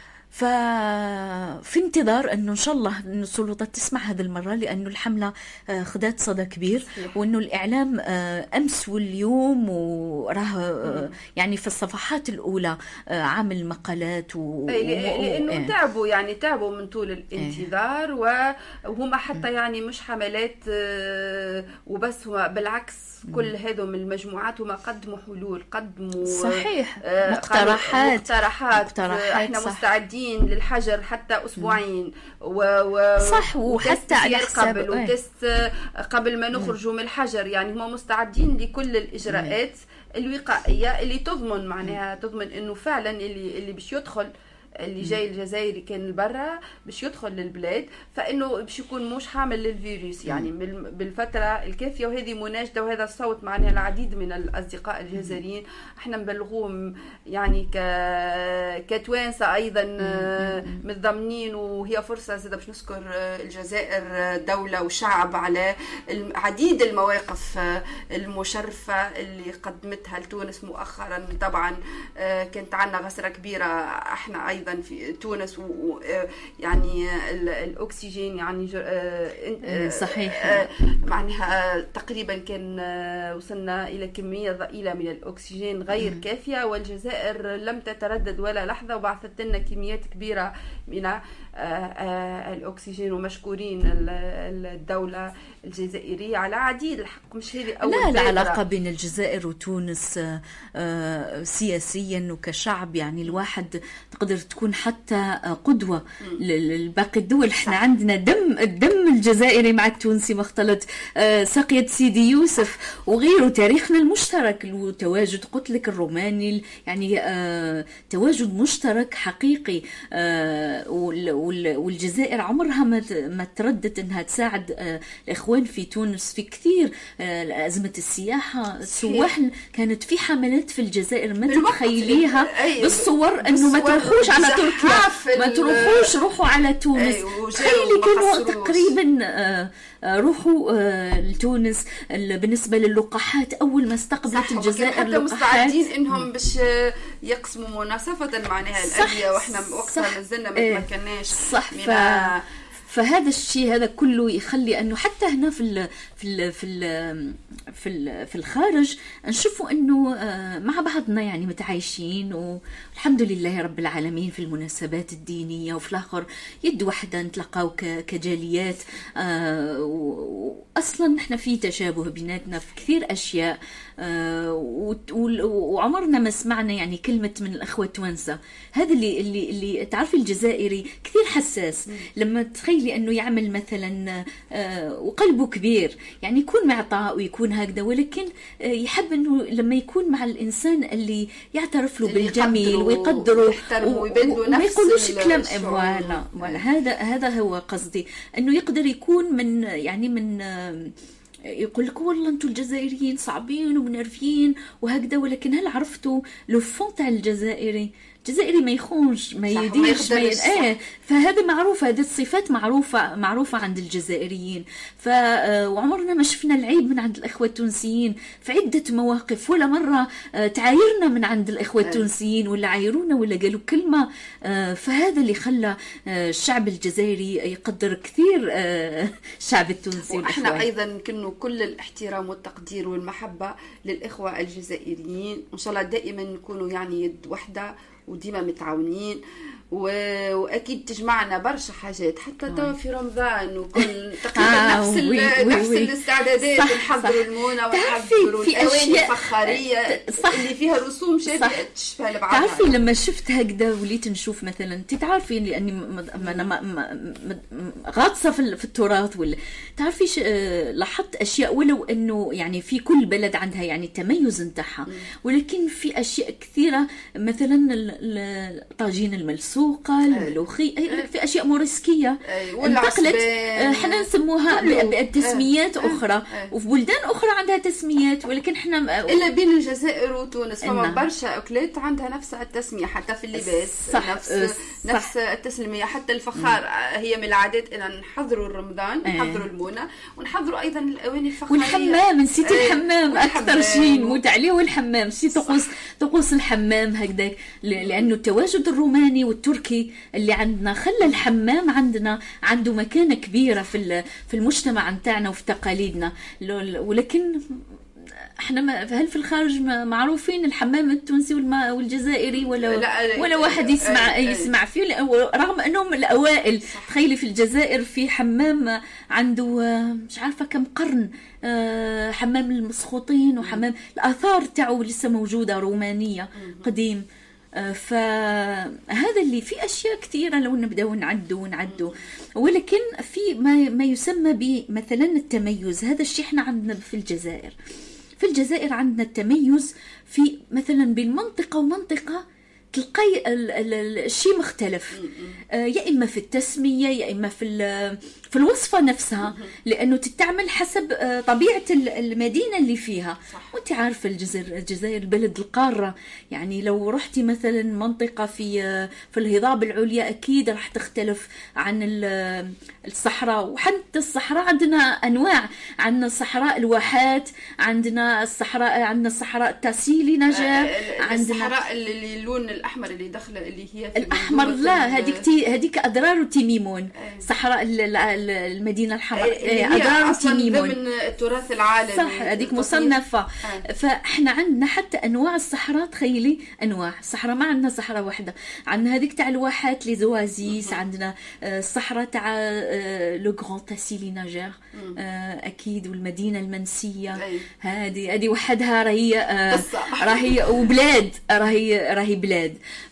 Speaker 4: ففي انتظار أنه إن شاء الله أن السلطات تسمع هذه المرة، لأنه الحملة خدت صدى كبير، وأنه الإعلام أمس واليوم وراه يعني في الصفحات الأولى عامل مقالات و...
Speaker 3: لأنه اه. تعبوا يعني تعبوا من طول الانتظار اه. وهم حتى يعني مش حملات وبس، هم بالعكس كل هذم المجموعات هما قدموا حلول، قدموا
Speaker 4: صحيح مقترحات
Speaker 3: مقترحات, مقترحات احنا صح. مستعدين للحجر حتى اسبوعين و... و...
Speaker 4: صح، وحتى على حساب
Speaker 3: قبل وتست قبل ما نخرجوا من الحجر. يعني هما مستعدين لكل الاجراءات الوقائيه اللي تضمن معناها تضمن انه فعلا اللي اللي باش يدخل اللي جاي الجزائري كان برا باش يدخل للبلاد فانه باش يكون مش حامل للفيروس يعني بالفتره الكافيه. وهذه مناشده وهذا الصوت معناها العديد من الاصدقاء الجزائريين احنا نبلغوهم يعني ك كتوانسه ايضا متضمنين. وهي فرصه زاده باش نذكر الجزائر دوله وشعب على العديد المواقف المشرفه اللي قدمتها لتونس مؤخرا. طبعا كانت عندنا غسره كبيره احنا ايضا في تونس ويعني الاكسجين يعني
Speaker 4: صحيح
Speaker 3: معناها تقريبا كان وصلنا الى كميه ضئيله من الاكسجين غير كافيه، والجزائر لم تتردد ولا لحظه وبعثت لنا كميات كبيره من الاكسجين. ومشكورين الدوله الجزائريه على عديد الحق. مش هذه اول
Speaker 4: لا العلاقه بين الجزائر وتونس سياسيا وكشعب يعني الواحد تقدر تكون حتى قدوة لباقي الدول. احنا عندنا دم الدم الجزائري مع التونسي مختلط، ساقية سيدي يوسف وغيره، تاريخنا المشترك، وتواجد قلت لك الروماني، يعني تواجد مشترك حقيقي. والجزائر عمرها ما تردت انها تساعد الاخوان في تونس في كثير. ازمة السياحة، السواح كانت في حملات في الجزائر ما تتخيليها بالصور انه ما تروحوش على تركيا، ما تروحوش روحوا على تونس. تخيلي كانوا تقريبا روحوا لتونس. بالنسبة للقاحات أول ما استقبلت الجزائر
Speaker 3: حتى مستعدين إنهم باش يقسموا مناصفة معناها الأبية، وإحنا وقتها مازلنا ما تمكناش.
Speaker 4: صح. ف... فهذا الشيء هذا كله يخلي انه حتى هنا في ال في ال في ال في ال في الخارج نشوفوا انه مع بعضنا يعني متعايشين والحمد لله رب العالمين في المناسبات الدينيه، وفي الاخر يد واحده نتلقاو كجاليات. اصلا احنا في تشابه بيناتنا في كثير اشياء، وعمرنا ما سمعنا يعني كلمه من الاخوه التوانسه. هذا اللي اللي اللي تعرفي الجزائري كثير حساس لما تخيلي انه يعمل مثلا وقلبه كبير، يعني يكون معطاء ويكون هكذا، ولكن يحب انه لما يكون مع الانسان اللي يعترف له بالجميل ويقدره وما يقولوش كلام. فوالا ولا هذا هذا هو قصدي، انه يقدر يكون من يعني من يقول لك والله انتم الجزائريين صعبين ومنرفين وهكذا، ولكن هل عرفتوا لو فون تاع الجزائري؟ الجزائري ما يخونش، ما يديرش، ما ي... ايه فهذا معروف، هذه الصفات معروفه معروفه عند الجزائريين. ف وعمرنا ما شفنا العيب من عند الاخوه التونسيين في عده مواقف، ولا مره تعايرنا من عند الاخوه التونسيين ولا عايرونا ولا قالوا كلمه. فهذا اللي خلى الشعب الجزائري يقدر كثير الشعب التونسي.
Speaker 3: واحنا ايضا نكنوا كل الاحترام والتقدير والمحبه للاخوه الجزائريين، وان شاء الله دائما نكونوا يعني يد واحده وديما متعاونين، واكيد تجمعنا برشا حاجات حتى توا في رمضان وكل تقريبا آه نفس وي وي نفس وي الاستعدادات، نحضروا المونه ونحضروا الاواني الفخاريه اللي فيها رسوم شاديه تشبه لبعضها.
Speaker 4: تعرفي لما شفت هكذا وليت نشوف مثلا، انت تعرفي لاني انا غاطسه في التراث، ولا تعرفي لاحظت اشياء ولو انه يعني في كل بلد عندها يعني التميز نتاعها، ولكن في اشياء كثيره مثلا الطاجين الملسوق الملوخي، في اشياء موريسكيه انتقلت احنا نسموها بتسميات اخرى، وفي بلدان اخرى عندها تسميات، ولكن احنا
Speaker 3: الا بين الجزائر وتونس فما برشا اكلات عندها نفس التسميه، حتى في اللباس صح نفس صح نفس التسميه، حتى الفخار هي من العادات ان نحضروا رمضان نحضروا المونه ونحضروا ايضا الاواني الفخاريه
Speaker 4: والحمام. نسيت الحمام اكثر شيء نموت عليه، والحمام نسيت طقوس طقوس الحمام هكذاك، لانه التواجد الروماني والتركي اللي عندنا خلى الحمام عندنا عنده مكانه كبيره في في المجتمع نتاعنا وفي تقاليدنا. ولكن احنا ما هل في الخارج معروفين الحمام التونسي والجزائري ولا ولا واحد يسمع يسمع فيه، رغم انهم الاوائل. تخيلي في الجزائر في حمام عنده مش عارفه كم قرن، حمام المسخوطين وحمام الاثار تاعو لسه موجوده رومانيه قديم. فهذا اللي في أشياء كثيرة لو نبدأ نعدوا ونعدوا، ولكن في ما ما يسمى بمثلا التميز. هذا الشيء احنا عندنا في الجزائر. في الجزائر عندنا التميز في مثلا بالمنطقة ومنطقة تلقي الشيء مختلف، يا إما في التسمية يا إما في في الوصفة نفسها، لأنه تتعمل حسب طبيعة المدينة اللي فيها. وانت عارفة الجزائر الجزائر بلد القارة، يعني لو رحتي مثلا منطقة في في الهضاب العليا أكيد راح تختلف عن الصحراء. وحتى الصحراء عندنا أنواع، عندنا صحراء الواحات، عندنا الصحراء عندنا الصحراء تاسيلي نجار،
Speaker 3: عندنا الصحراء اللي اللون الأحمر اللي داخله اللي هي في
Speaker 4: الأحمر لا هذيك تي هذيك أدرار وتيميمون، صحراء المدينة الحمراء أدرار وتيميمون
Speaker 3: ضمن التراث العالمي
Speaker 4: صح، هذيك مصنفة. آه. فإحنا عندنا حتى أنواع الصحراء، تخيلي أنواع الصحراء، ما عندنا صحراء واحدة، عندنا هذيك تاع الواحات لي زوازيس، عندنا الصحراء تاع لو غران تاسيلي نجار أكيد، والمدينة المنسية هذه هذه وحدها راهي راهي وبلاد راهي راهي بلاد.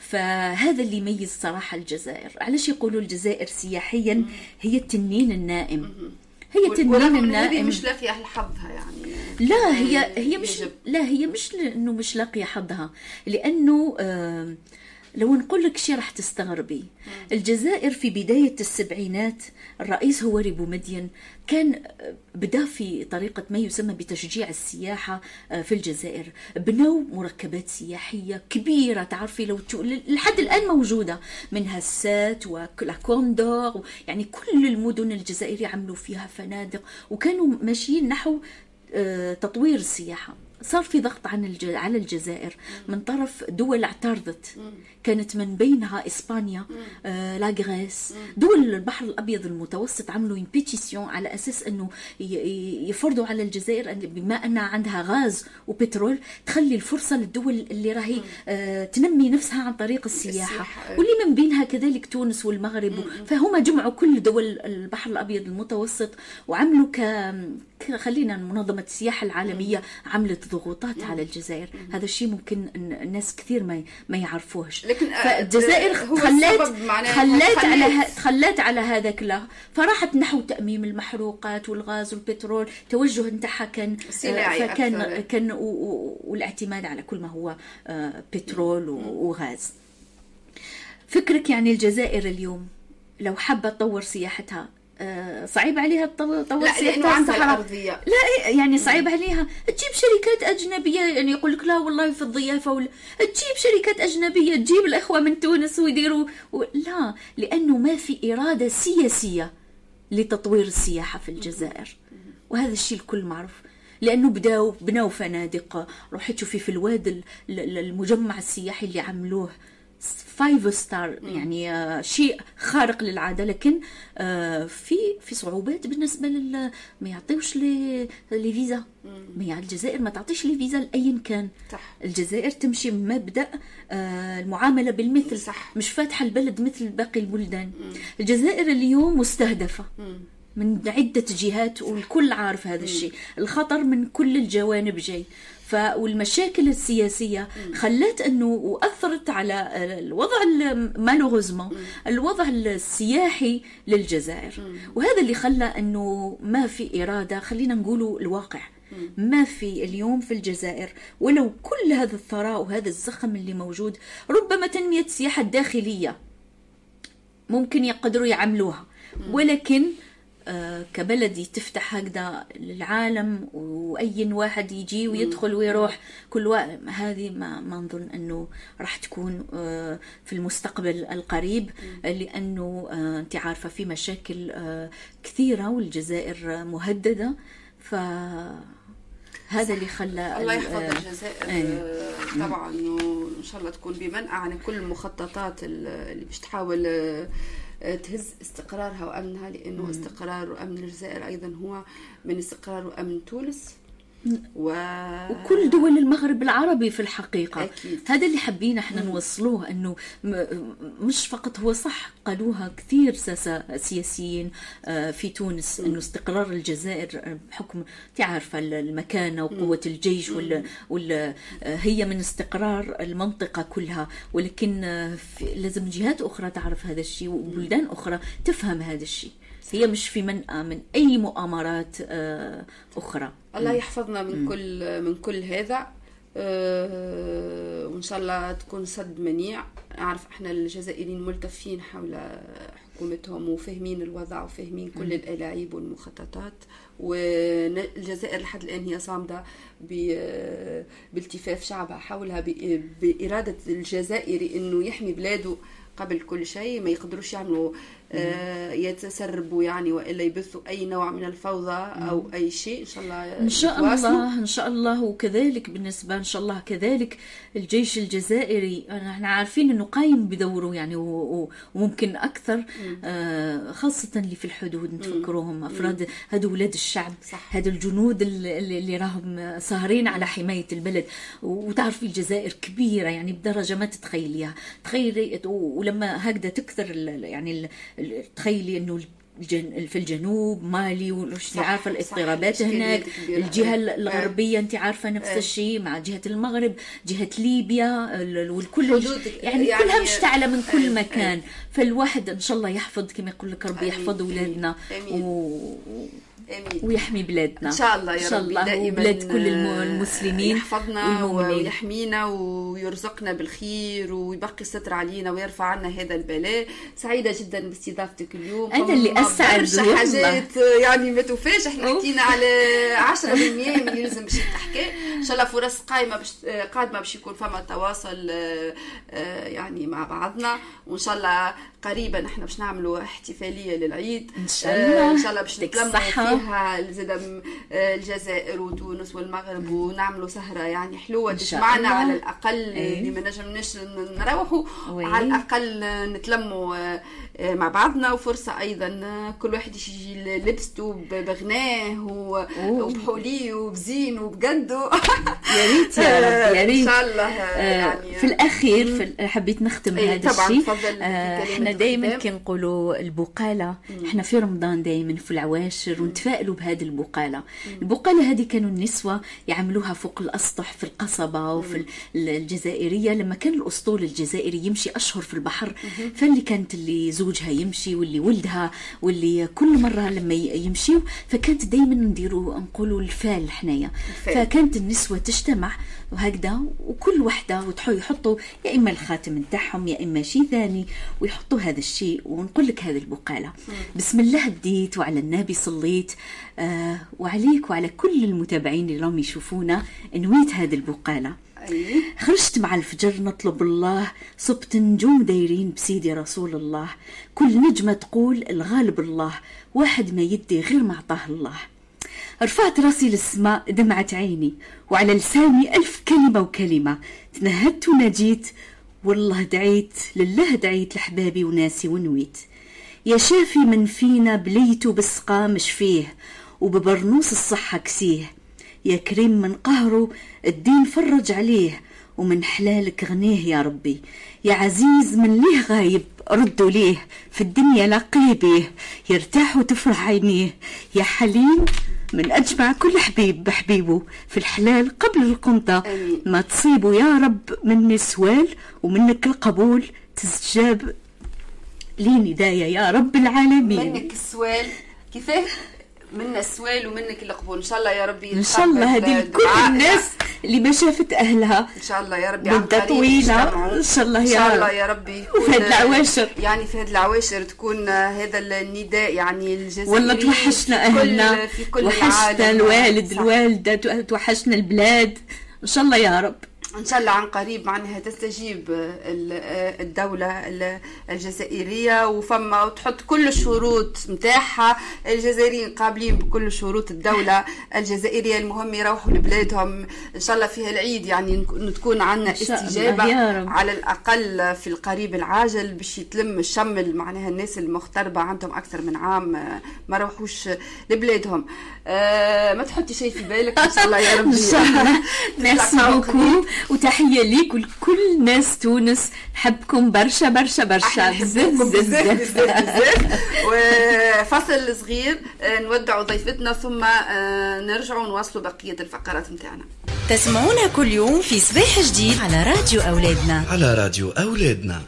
Speaker 4: فهذا اللي يميز صراحة الجزائر. علاش يقولوا الجزائر سياحيا هي التنين النائم، هي التنين النائم
Speaker 3: مش لاقيه حظها يعني.
Speaker 4: لا هي هي مش لا هي مش انه مش لاقيه حظها، لانه آه لو نقول لك شيء راح تستغربي. الجزائر في بداية السبعينات الرئيس هواري بومدين كان بدأ في طريقة ما يسمى بتشجيع السياحة في الجزائر. بنوا مركبات سياحية كبيرة، تعرفي لو لحد الآن موجودة، منها السات ولاكوندور، يعني كل المدن الجزائرية عملوا فيها فنادق، وكانوا ماشيين نحو تطوير السياحة. صار في ضغط عن على الجزائر من طرف دول اعترضت، كانت من بينها إسبانيا، آه، لا غريس، دول البحر الأبيض المتوسط عملوا بيتيسيون على أساس أنه يفرضوا على الجزائر أن بما أنها عندها غاز وبترول تخلي الفرصة للدول اللي راهي آه، تنمي نفسها عن طريق السياحة، واللي من بينها كذلك تونس والمغرب. فهم جمعوا كل دول البحر الأبيض المتوسط وعملوا ك خلينا منظمة السياحة العالمية عملت ضغوطات على الجزائر. هذا الشيء ممكن الناس كثير ما ما يعرفوهش.
Speaker 3: لكن
Speaker 4: فالجزائر خلات خلات على خلات على هذا كله، فراحت نحو تأميم المحروقات والغاز والبترول. توجه نتاعها كان فكان كان والاعتماد على كل ما هو بترول وغاز. فكرك يعني الجزائر اليوم لو حابة تطور سياحتها صعيب عليها تطور سياحتها عن الأرضية؟ لا يعني صعيب عليها تجيب شركات أجنبية، يعني يقول لك لا والله في الضيافة ولا تجيب شركات أجنبية، تجيب الأخوة من تونس ويديروا و... لا، لأنه ما في إرادة سياسية لتطوير السياحة في الجزائر، وهذا الشيء الكل معروف. لأنه بداوا بنوا فنادق، روحي تشوفي في الواد المجمع السياحي اللي عملوه فايف ستار، يعني آه شيء خارق للعاده. لكن آه في في صعوبات بالنسبه لل ما يعطيوش لي لي فيزا. ما الجزائر ما تعطيش لي فيزا لاي كان. صح. الجزائر تمشي بمبدا آه المعامله بالمثل. صح. مش فاتحه البلد مثل باقي البلدان. مم. الجزائر اليوم مستهدفه مم. من عده جهات، والكل عارف هذا الشيء. الخطر من كل الجوانب جاي. والمشاكل السياسية خلت أنه وأثرت على الوضع مالوغوزمون الوضع السياحي للجزائر، وهذا اللي خلى أنه ما في إرادة. خلينا نقولوا الواقع، ما في اليوم في الجزائر ولو كل هذا الثراء وهذا الزخم اللي موجود، ربما تنمية السياحة الداخلية ممكن يقدروا يعملوها، ولكن آه كبلدي تفتح هكذا للعالم وأي واحد يجي ويدخل ويروح كل واحد، هذه ما ما نظن أنه راح تكون آه في المستقبل القريب، لأنه آه أنت عارفة في مشاكل آه كثيرة والجزائر مهددة. ف هذا اللي خلى
Speaker 3: الله يحفظ الجزائر آه طبعا، وإن شاء الله تكون بمنأى عن كل المخططات اللي باش تحاول تهز استقرارها وأمنها، لأنه مم. استقرار وأمن الجزائر أيضا هو من استقرار وأمن تونس و...
Speaker 4: وكل دول المغرب العربي في الحقيقة. أكيد. هذا اللي حبينا احنا مم. نوصلوه، أنه مش فقط هو صح قالوها كثير سياسيين في تونس أنه استقرار الجزائر بحكم تعرف المكانة وقوة مم. الجيش وال... وال... هي من استقرار المنطقة كلها، ولكن لازم جهات أخرى تعرف هذا الشيء وبلدان أخرى تفهم هذا الشيء. هي مش في منأى من أي مؤامرات أخرى.
Speaker 3: الله يحفظنا من م. كل من كل هذا، وإن شاء الله تكون صد منيع. أعرف إحنا الجزائريين ملتفين حول حكومتهم وفاهمين الوضع وفاهمين كل الألاعيب والمخططات، والجزائر لحد الآن هي صامدة بالتفاف شعبها حولها، بإرادة الجزائري إنه يحمي بلاده قبل كل شيء. ما يقدروش يعملوا آه يتسربوا يعني، وإلا يبثوا أي نوع من الفوضى أو مم. أي شيء. إن شاء الله
Speaker 4: إن شاء الله إن شاء الله. وكذلك بالنسبة إن شاء الله كذلك الجيش الجزائري، نحن عارفين إنه قايم بدوره يعني، وممكن أكثر آه خاصة اللي في الحدود نتفكروهم أفراد هذو ولاد الشعب، هذو الجنود اللي, اللي راهم ساهرين على حماية البلد. وتعرفي الجزائر كبيرة يعني بدرجة ما تتخيليها. تخيلي ولما هكذا تكثر يعني تخيلي انه في الجنوب مالي، وش عارفة الاضطرابات هناك.
Speaker 3: كبيرة.
Speaker 4: الجهة الغربية انت عارفة نفس
Speaker 3: اه.
Speaker 4: الشيء مع جهة المغرب، جهة ليبيا، والكل يعني, يعني كلها مشتعلة من كل اه. مكان اه. فالواحد ان شاء الله يحفظ كما يقول لك ربي يحفظ اولادنا و... ويحمي بلادنا
Speaker 3: ان شاء الله يا رب،
Speaker 4: وبلاد كل المسلمين،
Speaker 3: يحفظنا ويحمينا ويرزقنا بالخير ويبقي الستر علينا ويرفع عنا هذا البلاء. سعيدة جدا باستضافتك اليوم،
Speaker 4: انا اللي اسعد
Speaker 3: حاجات يعني ما توفاش. احنا حكينا على عشرة بالمئة من اللي لازم باش تحكي. ان شاء الله فرص قائمة باش قادمة باش يكون فما تواصل يعني مع بعضنا، وان شاء الله قريبا احنا باش نعملوا احتفاليه للعيد
Speaker 4: ان شاء الله.
Speaker 3: ان شاء الله باش نتلموا فيها زاد الجزائر وتونس والمغرب، ونعملوا سهره يعني حلوه تجمعنا على الاقل اللي ما نجمناش نروحوا، على الاقل نتلموا مع بعضنا. وفرصه ايضا كل واحد يجي لبسته بغناه وبحوليه وبزين وبقده.
Speaker 4: يا ريت يا رب يا ريت
Speaker 3: ان شاء الله. يعني
Speaker 4: في الاخير في حبيت نختم هذا الشيء. احنا دائما كنقولوا البقاله، احنا في رمضان دائما في العواشر ونتفائلوا بهذه البقاله. البقاله هذه كانوا النسوه يعملوها فوق الاسطح في القصبه وفي الجزائريه، لما كان الاسطول الجزائري يمشي اشهر في البحر، فاللي كانت اللي زوجها يمشي واللي ولدها واللي كل مره لما يمشيوا، فكانت دائما نديروا نقولوا الفال حنايا. فكانت النسوه تجتمع وهكذا، وكل وحده ويحطوا يا اما الخاتم نتاعهم يا اما شيء ثاني ويحطوا هذا الشيء، ونقول لك هذه البقاله بسم الله هديت وعلى النبي صليت، آه وعليك وعلى كل المتابعين اللي راهم يشوفونا نويت هذه البقاله. خرجت مع الفجر نطلب الله، صبت نجوم دايرين بسيدي رسول الله، كل نجمه تقول الغالب الله، واحد ما يدي غير ما عطاه الله. رفعت راسي للسماء دمعت عيني، وعلى لساني ألف كلمة وكلمة، تنهدت ونجيت والله دعيت لله، دعيت لحبابي وناسي ونويت. يا شافي من فينا بليته بسقام شفيه، وببرنوس الصحة كسيه، يا كريم من قهره الدين فرج عليه، ومن حلالك غنيه يا ربي. يا عزيز من ليه غايب ردوا ليه، في الدنيا لاقيه بيه، يرتاح وتفرح عينيه. يا حليم من أجمع كل حبيب بحبيبه، في الحلال قبل القنطة ما تصيبه يا رب، مني سوال ومنك القبول، تستجاب لي ندايا يا رب العالمين.
Speaker 3: منك السوال كيفاه؟ منا السوال ومنك القبول ان شاء الله يا ربي.
Speaker 4: ان شاء الله هذه كل الناس اللي ما شافت اهلها
Speaker 3: ان شاء الله يا ربي
Speaker 4: مدة طويلة ان شاء الله يا رب،
Speaker 3: ان شاء الله يا ربي.
Speaker 4: وفي هذه العواشر
Speaker 3: يعني في هذه العواشر تكون هذا النداء يعني الجزائري،
Speaker 4: والله توحشنا اهلنا في كل توحشنا الوالد الوالدة، توحشنا البلاد. ان شاء الله يا رب
Speaker 3: ان شاء الله عن قريب معناها تستجيب الدولة الجزائرية وفما وتحط كل الشروط متاعها. الجزائريين قابلين بكل شروط الدولة الجزائرية، المهم يروحوا لبلادهم ان شاء الله فيها العيد، يعني تكون عنا استجابة على الاقل في القريب العاجل باش يتلم الشمل معناها الناس المغتربة عندهم اكثر من عام ما روحوش لبلادهم. أه ما تحطي شيء في بالك ان شاء الله يا رب.
Speaker 4: ان شاء الله. ميرسي بوكو وتحية ليك ولكل ناس تونس، نحبكم برشا برشا برشا بزاف بزاف بزاف.
Speaker 3: وفصل صغير نودعوا ضيفتنا ثم نرجعوا نواصلوا بقية الفقرات متاعنا.
Speaker 1: تسمعونا كل يوم في صباح جديد على راديو أولادنا.
Speaker 2: على راديو أولادنا.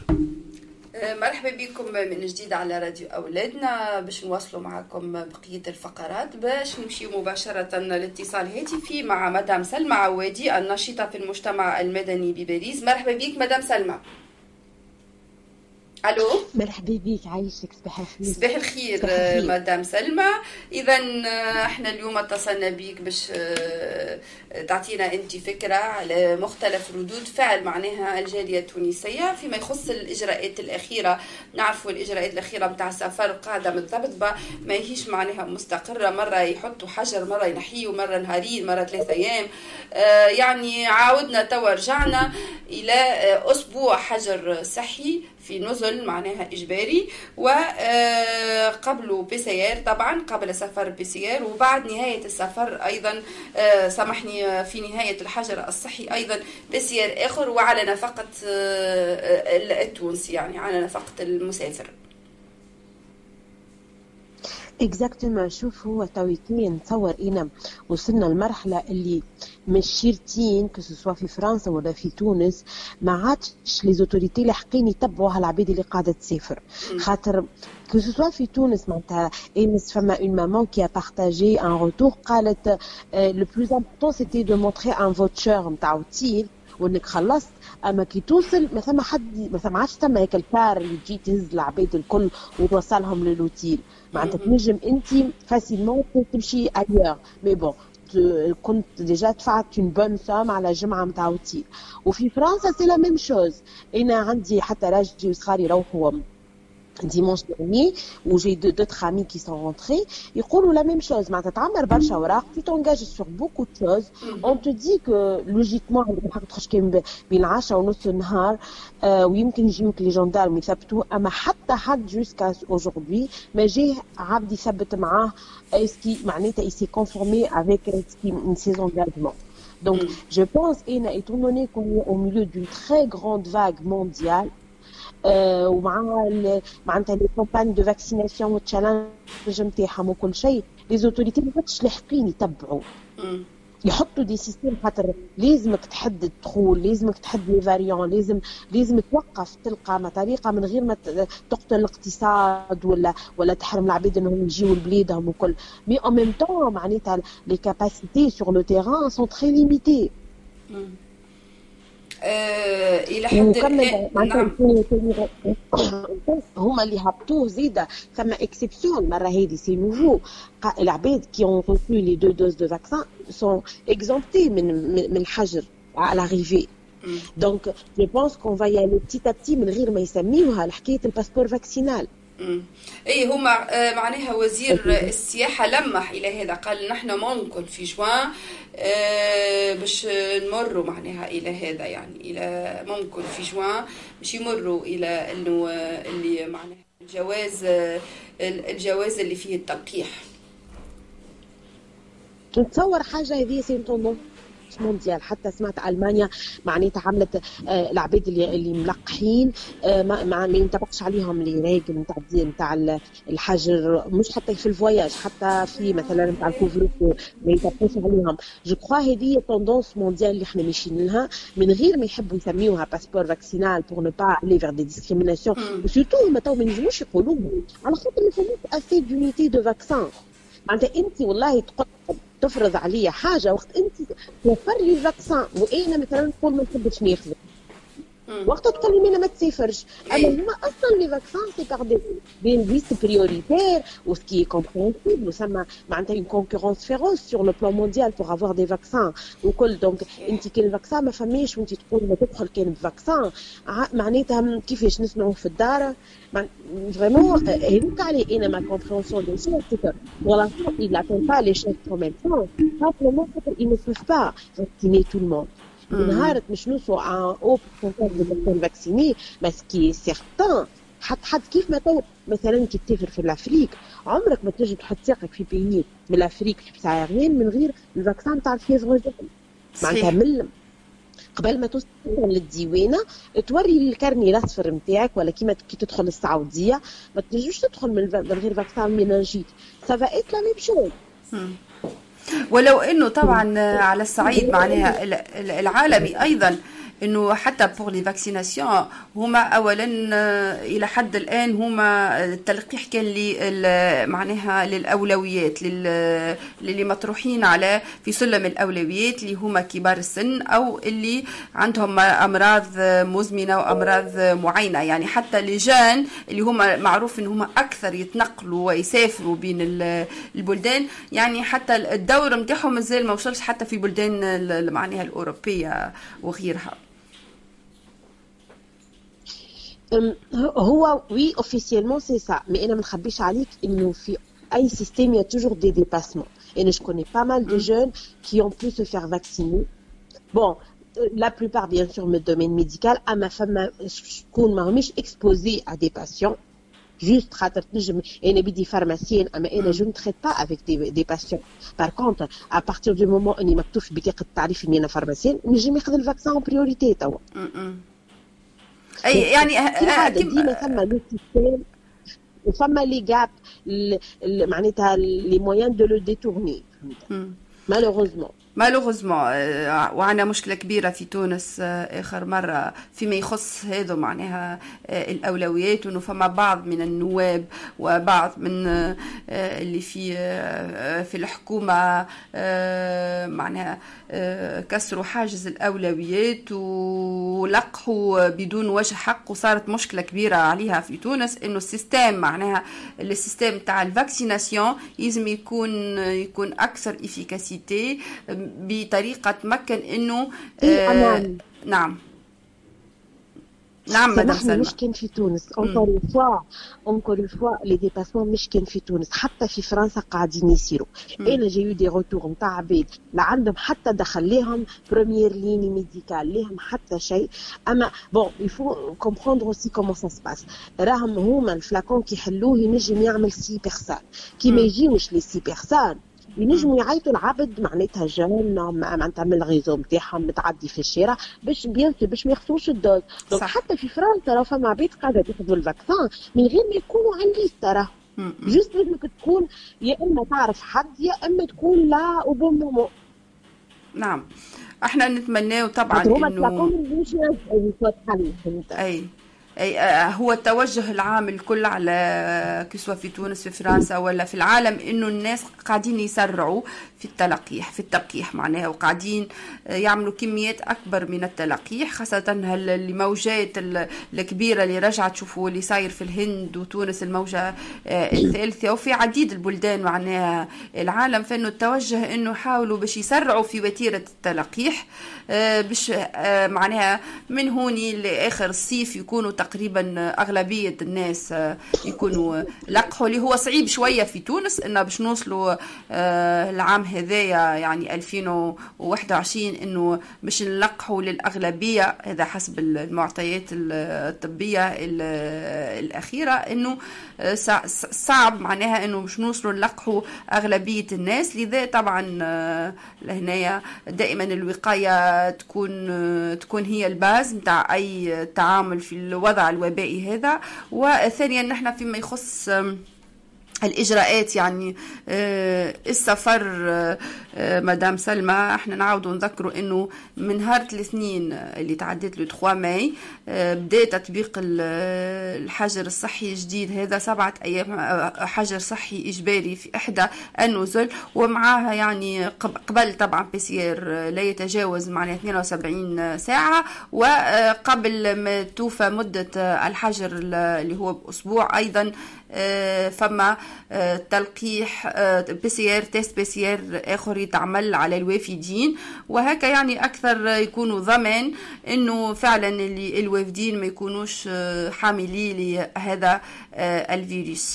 Speaker 3: مرحبا بكم من جديد على راديو أولادنا باش نواصلوا معكم بقية الفقرات. باش نمشي مباشرة لاتصال هاتفي مع مدام سلمى عوادي الناشطة في المجتمع المدني بباريس. مرحبا بك مدام سلمى. الو
Speaker 5: مرحبا بك، عايشك صباح الخير.
Speaker 3: صباح الخير مدام سلمى. اذا احنا اليوم اتصلنا بك باش تعطينا انت فكره على مختلف ردود فعل معناها الجاليه التونسيه فيما يخص الاجراءات الاخيره. نعرفوا الاجراءات الاخيره نتاع السفر قاعده متضبطه، ما هيش معناها مستقره، مره يحطوا حجر مره ينحيوا، مره نهارين مره ثلاثة ايام. آه يعني عاودنا توا رجعنا الى اسبوع حجر صحي في نزل معناها إجباري، وقبل بي سي ار طبعا قبل سفر بي سي ار، وبعد نهاية السفر أيضا سامحني في نهاية الحجر الصحي أيضا بي سي ار آخر، وعلى نفقة التونسي يعني على نفقة المسافر.
Speaker 5: اكزاكتومون. شوف هو تويتي نتصور انا وصلنا المرحله اللي مش شيرتين كو سوا في فرنسا ولا في تونس ما عادش لي زوتوريتي لاحقين يتبعوا هالعباد اللي قاعده تسافر. خاطر كو سوا في تونس معناتها امس فما اون مامون كي ا بارطاجي ان روتور قالت لو بلوز امبورطون سيتي دو مونطري ان فوتشر نتاع اوتيل وانك خلصت، اما كي توصل ما ثم حد ما ثم عادش ثم هيك الكار اللي تجي تهز العباد الكل وتوصلهم للوتيل. معناتها تنجم انت فاسيلمون تمشي ايور مي بون كنت ديجا دفعت اون بون سوم على جمعه نتاع اوتيل. وفي فرنسا سي لا ميم شوز. انا عندي حتى راجلي وصغاري يروحوا dimanche dernier où j'ai deux d'autres amis qui sont rentrés يقولوا la même chose. معناتها تعمر برشا اوراق tu t'engages sur beaucoup de choses. on te dit que logiquement عندك حق تخرج كان بين عشرة ونص النهار آه ويمكن يجيوك لي جندارم يثبتوا، اما حتى حد جوسكا aujourd'hui ما جاه عبد يثبت معاه اسكي معناتها il s'est conformé avec ses engagements. donc mm. je pense et étant donné qu'on est au milieu d'une très grande vague mondiale Euh, ومع معناتها لي كومباني دو فاكسيناسيون والتشالنج نتاعهم وكل شيء لي زوتوريتي ما عادش لاحقين يتبعوا يحطوا دي سيستم. خاطر لازمك تحدد الدخول، لازمك تحدد لي فاريون، لازم لازم توقف تلقى ما طريقه من غير ما تقتل الاقتصاد ولا ولا تحرم العباد انهم يجيوا لبلادهم وكل. مي ان ميم طون معناتها لي كاباسيتي سور لو تيران سون تري ليميتي.
Speaker 3: أه الى حد الان نعم
Speaker 5: هما اللي هبطوه زيدا. ثم اكسبسيون مره هذه سي نوفو. العباد كي اون ريسو لي دو دوز دو فاكسان سون اكزومبتي من من الحجر على لاريفي. دونك جو بونس كون فا يالي بتيت ا بتي من غير ما يسميوها لحكايه الباسبور فاكسينال.
Speaker 3: اي هما معناها وزير السياحه لمح الى هذا، قال نحن ممكن في جوان باش نمروا معناها الى هذا، يعني الى ممكن في جوان باش يمروا الى انه اللي معناها الجواز الجواز اللي فيه التلقيح.
Speaker 5: نتصور حاجه هذه سي توندونس مونديال. حتى سمعت المانيا معناتها عملت آه العباد اللي اللي ملقحين آه ما ما ينطبقش عليهم لي ريغل نتاع نتاع الحجر، مش حتى في الفواياج حتى في مثلا نتاع الكوفر ما ينطبقوش عليهم. جو كخوا هذه توندونس مونديال اللي احنا ماشيين لها من غير ما يحبوا يسميوها باسبور فاكسينال بور نو با الي فير دي ديسكريميناسيون. وسورتو هما تو ما ينجموش يقولوا على خاطر ما فماش اسي دونيتي دو فاكسان. معناتها انت والله تقول تفرض عليا حاجه وقت انت توفر لي الفاكسان وانا مثلا نقول ما نحبش ناخذه وقت تقول لي انا ما تسافرش. اما هما اصلا لي فاكسان سي باغ دي دي ليست بريوريتير وسكي كومبرونسيبل وسما معناتها اون كونكورونس فيروس سور لو بلان مونديال بور افوار دي فاكسان وكل. دونك انت كي الفاكسان ما فماش وانت تقول ما تدخل كان بفاكسان معناتها كيفاش نسمعوا في الدار فريمون. هذوك علي انا ما كومبرونسيون دو سي سيتر ولا il n'attend pas les choses en même temps simplement parce qu'ils ne peuvent pas vacciner tout le monde. نهارت مش نوصلوا à haut pourcentage de personnes vaccinées mais ce qui est certain حتى حد كيف ما تو مثلا كي تسافر في الافريك عمرك ما تنجم تحط ساقك في بيي من الافريك في سايرين من غير الفاكسان تاع الفيفر جون. معناتها من قبل ما توصل للديوانه توري الكارني الاصفر نتاعك ولا كيما كي تدخل السعوديه ما تنجمش تدخل من غير فاكسان مينانجيت. سافا ايت لا ميم شوز.
Speaker 3: ولو انه طبعا على الصعيد معناها العالمي ايضا انه حتى بور لي فاكسيناسيون هما اولا الى حد الان هما التلقيح كان لي معناها للاولويات للي مطروحين على في سلم الاولويات اللي هما كبار السن او اللي عندهم امراض مزمنه وامراض معينه. يعني حتى لجان اللي هما معروف ان هما اكثر يتنقلوا ويسافروا بين البلدان، يعني حتى الدور نتاعهم مازال ما وصلش حتى في بلدان معناها الاوروبيه وغيرها.
Speaker 5: هو وي اوفيسيلمون سي سا مي انا ما نخبيش عليك انه في اي سيستيم يا توجور دي ديباسمون. انا جو كوني با مال دو جون كي اون بو سو فير فاكسيني بون la plupart bien sûr من domaine médical اما فما شكون ما همش exposé à des patients juste خاطر تنجم انا بدي فارماسيين اما انا جو نتريت با افيك دي دي باسيون. بار كونتر ا بارتير دو مومون اني مكتوب في بطاقه التعريف اني انا فارماسيين نجم ياخذ الفاكسان بريوريتي توا.
Speaker 3: اي يعني
Speaker 5: ديما ثم لو سيستيم وفما لي جاب معناتها لي مويان دو لو ديتورني مالوغوزمون.
Speaker 3: مالوغوزمون وعندنا مشكلة كبيرة في تونس آخر مرة فيما يخص هذا معناها الأولويات، وأنه فما بعض من النواب وبعض من اللي في في الحكومة معناها كسروا حاجز الأولويات ولقحوا بدون وجه حق، وصارت مشكلة كبيرة عليها في تونس إنه السيستم معناها السيستم تاع الفاكسيناسيون لازم يكون يكون أكثر إفيكاسيتي بطريقة تمكن إنه
Speaker 5: آه
Speaker 3: نعم نعم مدام سلمى.
Speaker 5: مش كان في تونس encore une fois encore une fois les dépassements مش كان في تونس، حتى في فرنسا قاعدين يصيروا. انا جايو دي روتور نتاع عباد لا عندهم حتى دخل لهم بروميير ليني ميديكال لهم حتى شيء. اما بون يفو كومبروندر اوسي كومون سا سباس، راهم هما الفلاكون كي يحلوه ينجم يعمل سي بيرسون كي ما يجيوش لي سي بيرسون ينجموا يعيطوا العبد معناتها جون معناتها من الغيزو نتاعهم متعدي في الشارع باش بيان باش ما يخسروش الدوز. دونك حتى في فرنسا راه فما عباد قاعده تاخذوا الفاكسان من غير ما يكونوا على الليسته، راه جوست لازمك تكون يا اما تعرف حد يا اما تكون لا او بون مومون.
Speaker 3: نعم احنا نتمناه طبعا انه اي أي هو التوجه العام الكل على كسوة في تونس في فرنسا ولا في العالم انه الناس قاعدين يسرعوا في التلقيح في التلقيح معناها، وقاعدين يعملوا كميات اكبر من التلقيح، خاصة الموجات الكبيرة اللي رجعت تشوفوا اللي صاير في الهند وتونس الموجة الثالثة وفي عديد البلدان معناها العالم، فانه التوجه انه حاولوا باش يسرعوا في وتيرة التلقيح باش معناها من هوني لاخر الصيف يكونوا تقريبا أغلبية الناس يكونوا لقحوا، اللي هو صعيب شوية في تونس إنه باش نوصلوا العام هذايا يعني ألفين وواحد وعشرين إنه باش نلقحوا للأغلبية، هذا حسب المعطيات الطبية الأخيرة إنه صعب معناها إنه باش نوصلوا نلقحوا أغلبية الناس. لذا طبعا لهنايا دائما الوقاية تكون تكون هي الباز متاع أي تعامل في الوضع الوبائي هذا. وثانيا نحن فيما يخص الإجراءات يعني السفر مدام سلمى، احنا نعاودوا نذكروا انه من نهار الاثنين اللي تعدت له ثلاثة ماي بدا تطبيق الحجر الصحي الجديد، هذا سبعة ايام حجر صحي اجباري في احدى النزل، ومعها يعني قبل طبعا بي سي ار لا يتجاوز معناها اثنين وسبعين ساعة، وقبل ما توفى مدة الحجر اللي هو باسبوع ايضا فما تلقيح بي سي ار تيست بي سي ار اخر يتعمل على الوافدين، وهكا يعني اكثر يكونوا ضمان انه فعلا اللي الوافدين ما يكونوش حاملين لهذا الفيروس.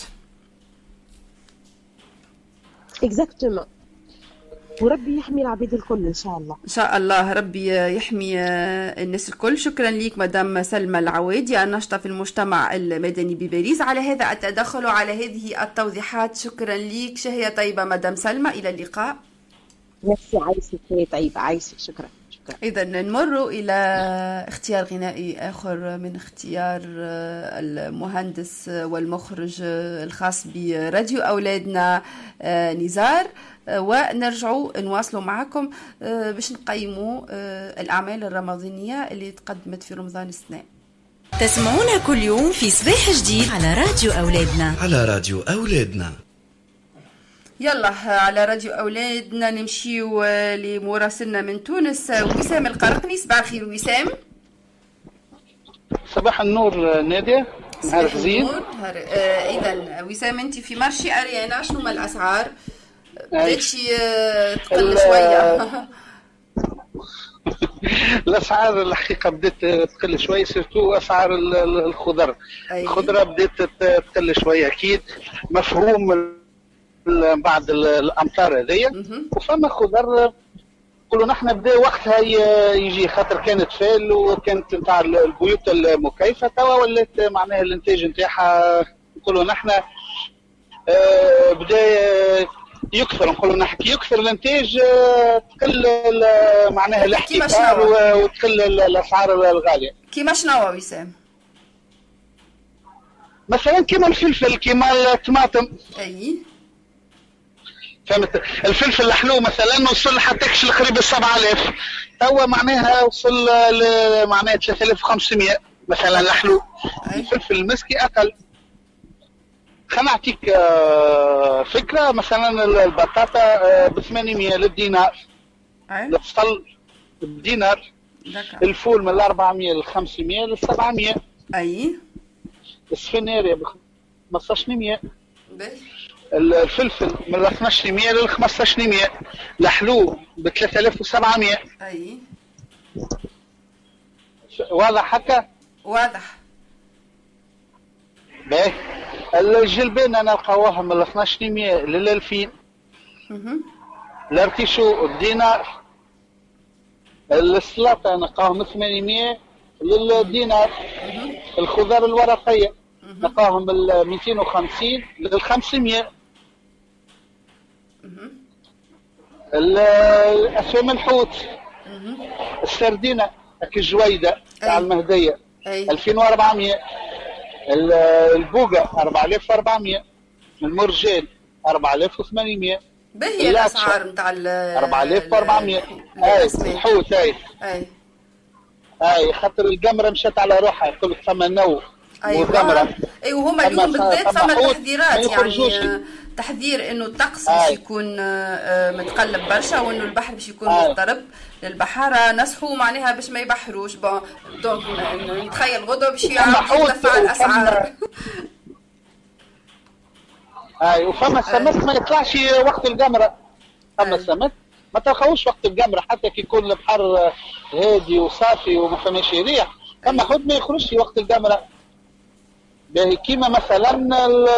Speaker 5: اكزاكتومون، وربي يحمي العبيد الكل ان شاء الله.
Speaker 3: ان شاء الله ربي يحمي الناس الكل. شكرا ليك مدام سلمى العوادي الناشطة في المجتمع المدني بباريس على هذا التدخل وعلى هذه التوضيحات. شكرا ليك، شهية طيبة مدام سلمى، الى اللقاء.
Speaker 5: نفسي عايشة شهية طيبة، عايشة. شكرا.
Speaker 3: إذا نمر إلى اختيار غنائي آخر من اختيار المهندس والمخرج الخاص براديو أولادنا نزار، ونرجعوا نواصلوا معكم باش نقيموا الأعمال الرمضانية اللي تقدمت في رمضان السنة.
Speaker 1: تسمعونا كل يوم في صباح جديد على راديو أولادنا.
Speaker 2: على راديو أولادنا.
Speaker 3: يلا على راديو أولادنا نمشيو لمراسلنا من تونس وسام القرقني. صباح الخير وسام.
Speaker 6: صباح النور نادية. نهار جديد.
Speaker 3: آه إذا وسام أنت في مارشي أريانا، شنو ما الأسعار؟ بدات شي تقل شوية.
Speaker 6: الأسعار الحقيقة بدات تقل شوية، سيرتو أسعار الخضر. الخضرة بدات تقل شوية أكيد، مفهوم بعد الامطار هذيا، وفما خضر نقولوا نحن بدا وقتها يجي، خاطر كانت فال وكانت نتاع البيوت المكيفه، توا ولات معناها الانتاج نتاعها نقولوا نحن بدا يكثر، نقولوا نحكي يكثر الانتاج، تقل معناها الاحتكار وتقل الاسعار الغاليه.
Speaker 3: كيما شنو وسام؟
Speaker 6: مثلا كيما الفلفل كيما الطماطم.
Speaker 3: اي
Speaker 6: فهمت. الفلفل الحلو مثلا وصل حتى كش قريب سبعة آلاف، توا معناها وصل ل معناها ثلاثة آلاف وخمسمائة مثلا الحلو. الفلفل المسكي اقل. خليني نعطيك فكره، مثلا البطاطا ب ثمانمائة للدينار، البصل بالدينار، الفول من أربعمائة ل خمسمائة ل سبعمائة.
Speaker 3: اي
Speaker 6: السفناري ب خمسطاش مائة. الفلفل من اثناش مائة ل خمسطاش مائة. الحلو ب ثلاثة آلاف وسبعمائة.
Speaker 3: اي
Speaker 6: واضح هكا؟
Speaker 3: واضح.
Speaker 6: باهي. الجلبانه نلقاوها من اثناش مائة لل ألفين.
Speaker 3: اها.
Speaker 6: الارتيشو بدينار. السلطه نلقاوهم ثمانمائة للدينار. الخضار الورقيه نلقاهم من مئتين وخمسين لل خمسمائة. الاسهم الحوت، السردينه هاك الجويده تاع المهديه ألفين وأربعمائة. البوقه أربعة آلاف وأربعمائة. المرجان أربعة آلاف وثمانمائة.
Speaker 3: باهي الاسعار نتاع
Speaker 6: أربعة آلاف وأربعمائة. اي الحوت اي
Speaker 3: اي
Speaker 6: اي خاطر القمره مشات على روحها، يقول لك ثم نو
Speaker 3: ايوه اي وهما اليوم بالذات ثم تحذيرات، يعني تحذير انه الطقس باش يكون متقلب برشا، وانه البحر باش يكون مضطرب. البحاره نصحوا معناها باش ما يبحروش. بون دونك نتخيل غدوه باش يرفع الاسعار.
Speaker 6: اي وفما السمك ما يطلعش وقت القمره. فما السمك ما تلقاوش وقت القمره، حتى كي يكون البحر هادي وصافي وما فماش ريح، فما حوت ما يخرجش وقت القمره. باهي كيما مثلا ال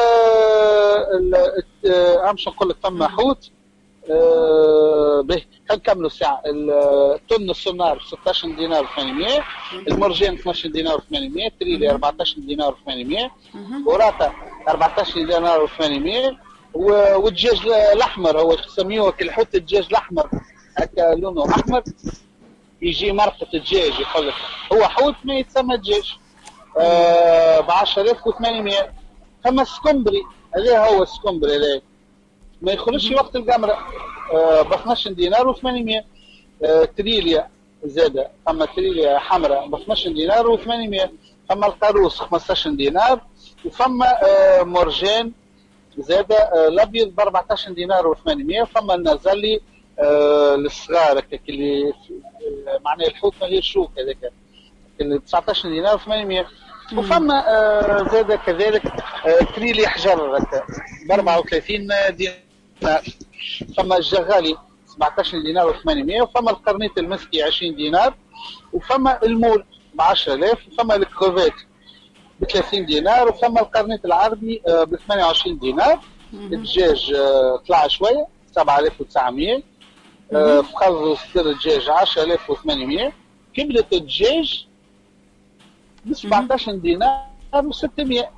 Speaker 6: ال امش نقول لك فما حوت. باهي نكملوا الساعه. التن السونار ستطاش دينار وثمانمائة. المرجان اثناش دينار وثمانمائة. التريلي أربعطاش دينار وثمانمائة. وراتا أربعطاش دينار وثمانمائة. والدجاج الاحمر هو يسميوه الحوت الدجاج الاحمر، هكا لونه احمر يجي مرقه الدجاج. يقول لك هو حوت ما يتسمى دجاج. آه ب عشرة آلاف وثمانمائة. اما السكمبري هذا هو السكمبري هذا ما يخرجش وقت القمره. آه ب اثناش دينار وثمانمائة. آه تريليا زاده، اما تريليا حمراء ب اثناش دينار وثمانمائة. اما القاروص خمسطاش دينار. وفما آه مرجان زاده آه الابيض ب أربعطاش دينار وثمانمائة. فما النازلي آه للصغار هكاك اللي معناه الحوت من غير شوك هذاك ب تسعطاش دينار وثمانمائة. وفما آه زاد كذلك آه تريلي حجر هكا ب أربعة وثلاثين دينار. فما الجغالي سبعطاش دينار وثمانمائة. وفما القرنيط المسكي عشرين دينار. وفما المول ب عشرة آلاف. وفما الكروفيت ب ثلاثين دينار. وفما القرنيط العربي آه ب ثمانية وعشرين دينار. الدجاج آه طلع شويه سبعة آلاف وتسعمائة. آه فخذ وصدر الدجاج عشرة آلاف وثمانمائة. كبدة الدجاج ب سبعطاش دينار وستمائة.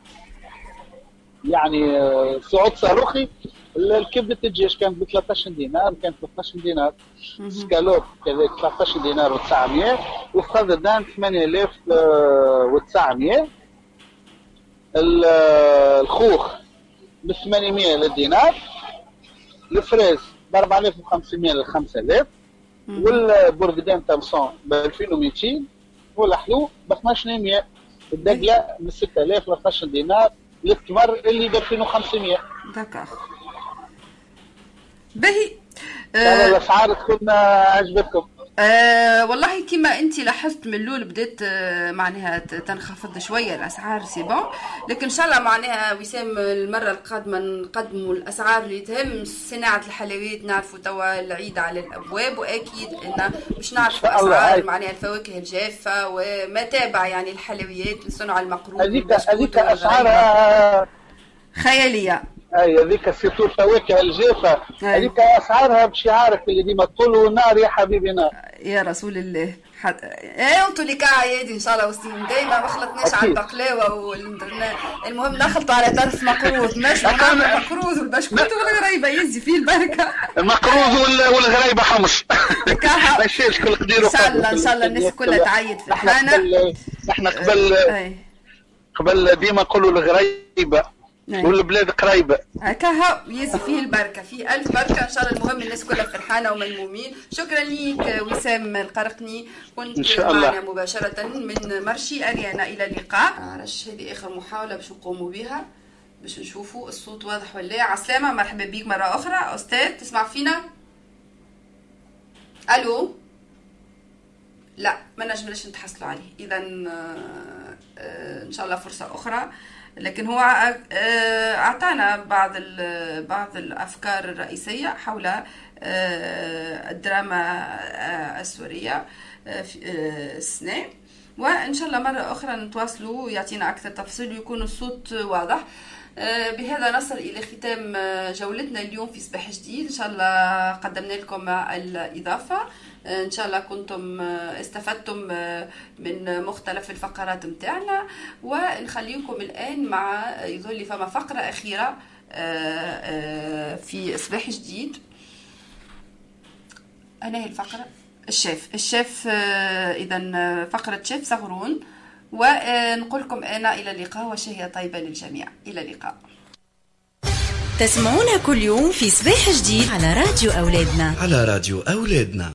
Speaker 6: يعني صعود صاروخي. الكبدة الدجاج كانت ب ثلاثطاش دينار، كانت ب اثناش دينار. سكالوب كذلك ثلاثطاش دينار وتسعمائة. وفخذ دان ثمانية آلاف وتسعمائة. الخوخ ب ثمانمائة للدينار. الفريز ب أربعة آلاف وخمسمائة ل خمسة آلاف. والبورغدان تامسون ب ألفين ومئتين. والحلو ب اثناش مائة. الدقله ب ستة آلاف ل اثناش دينار. التمر اللي ب ألفين وخمسمائة.
Speaker 3: دكا باهي.
Speaker 6: آه الاسعار تكون عجبتكم؟
Speaker 3: آه والله كما انت لاحظت من الاول بدات آه معناها تنخفض شويه الاسعار سي بون، لكن ان شاء الله معناها وسام المره القادمه نقدموا الاسعار اللي تهم صناعه الحلويات. نعرفوا توا العيد على الابواب، واكيد ان باش نعرفوا اسعار معناها الفواكه الجافه وما تابع يعني الحلويات لصنع المقروض.
Speaker 6: هذيك هذيك اسعارها
Speaker 3: خياليه.
Speaker 6: اي هذيك سيتو الفواكه الجافه هذيك اسعارها بشعارك اللي ديما تقولوا نار يا حبيبي نار
Speaker 3: يا رسول الله. حد... ايه انتوا اللي كعيادي ان شاء الله وسيم دايما ما خلطناش على البقلاوه وال... المهم نخلطوا على طرف مقروض ماشي المقروض والبشكوت والغريبه يزي فيه البركه.
Speaker 6: المقروض والغريبه حمص ما يشيلش كل قدير.
Speaker 3: ان شاء الله ان شاء الله الناس كلها تعيد في الحانه.
Speaker 6: نحن قبل قبل ديما نقولوا الغريبه والبلاد قريبه
Speaker 3: هكا ياسي فيه البركه، فيه الف بركه ان شاء الله. المهم الناس كلها فرحانه وملمومين. شكرا ليك وسام القرقني، كنت
Speaker 6: إن شاء الله
Speaker 3: معنا مباشره من مرشي اريانا. الى اللقاء. عرش هذه اخر محاوله باش نقوموا بها باش نشوفوا الصوت واضح ولا. عسلامه، مرحبا بك مره اخرى استاذ، تسمع فينا؟ الو؟ لا ما نجمناش نتحصلوا عليه. اذا ان شاء الله فرصه اخرى. لكن هو اعطانا بعض بعض الافكار الرئيسيه حول الدراما السوريه في السنة، وان شاء الله مره اخرى نتواصلوا يعطينا اكثر تفاصيل ويكون الصوت واضح. بهذا نصل إلى ختام جولتنا اليوم في صباح جديد. إن شاء الله قدمنا لكم الإضافة، إن شاء الله كنتم استفدتم من مختلف الفقرات متاعنا. ونخليكم الآن مع يظل فما فقرة أخيرة في صباح جديد. أنا هي الفقرة الشيف الشيف إذا فقرة شيف صغرون. ونقول لكم أنا إلى اللقاء وشهية طيبة للجميع. إلى اللقاء.
Speaker 1: تسمعونا كل يوم في صباح جديد على راديو أولادنا.
Speaker 2: على راديو أولادنا.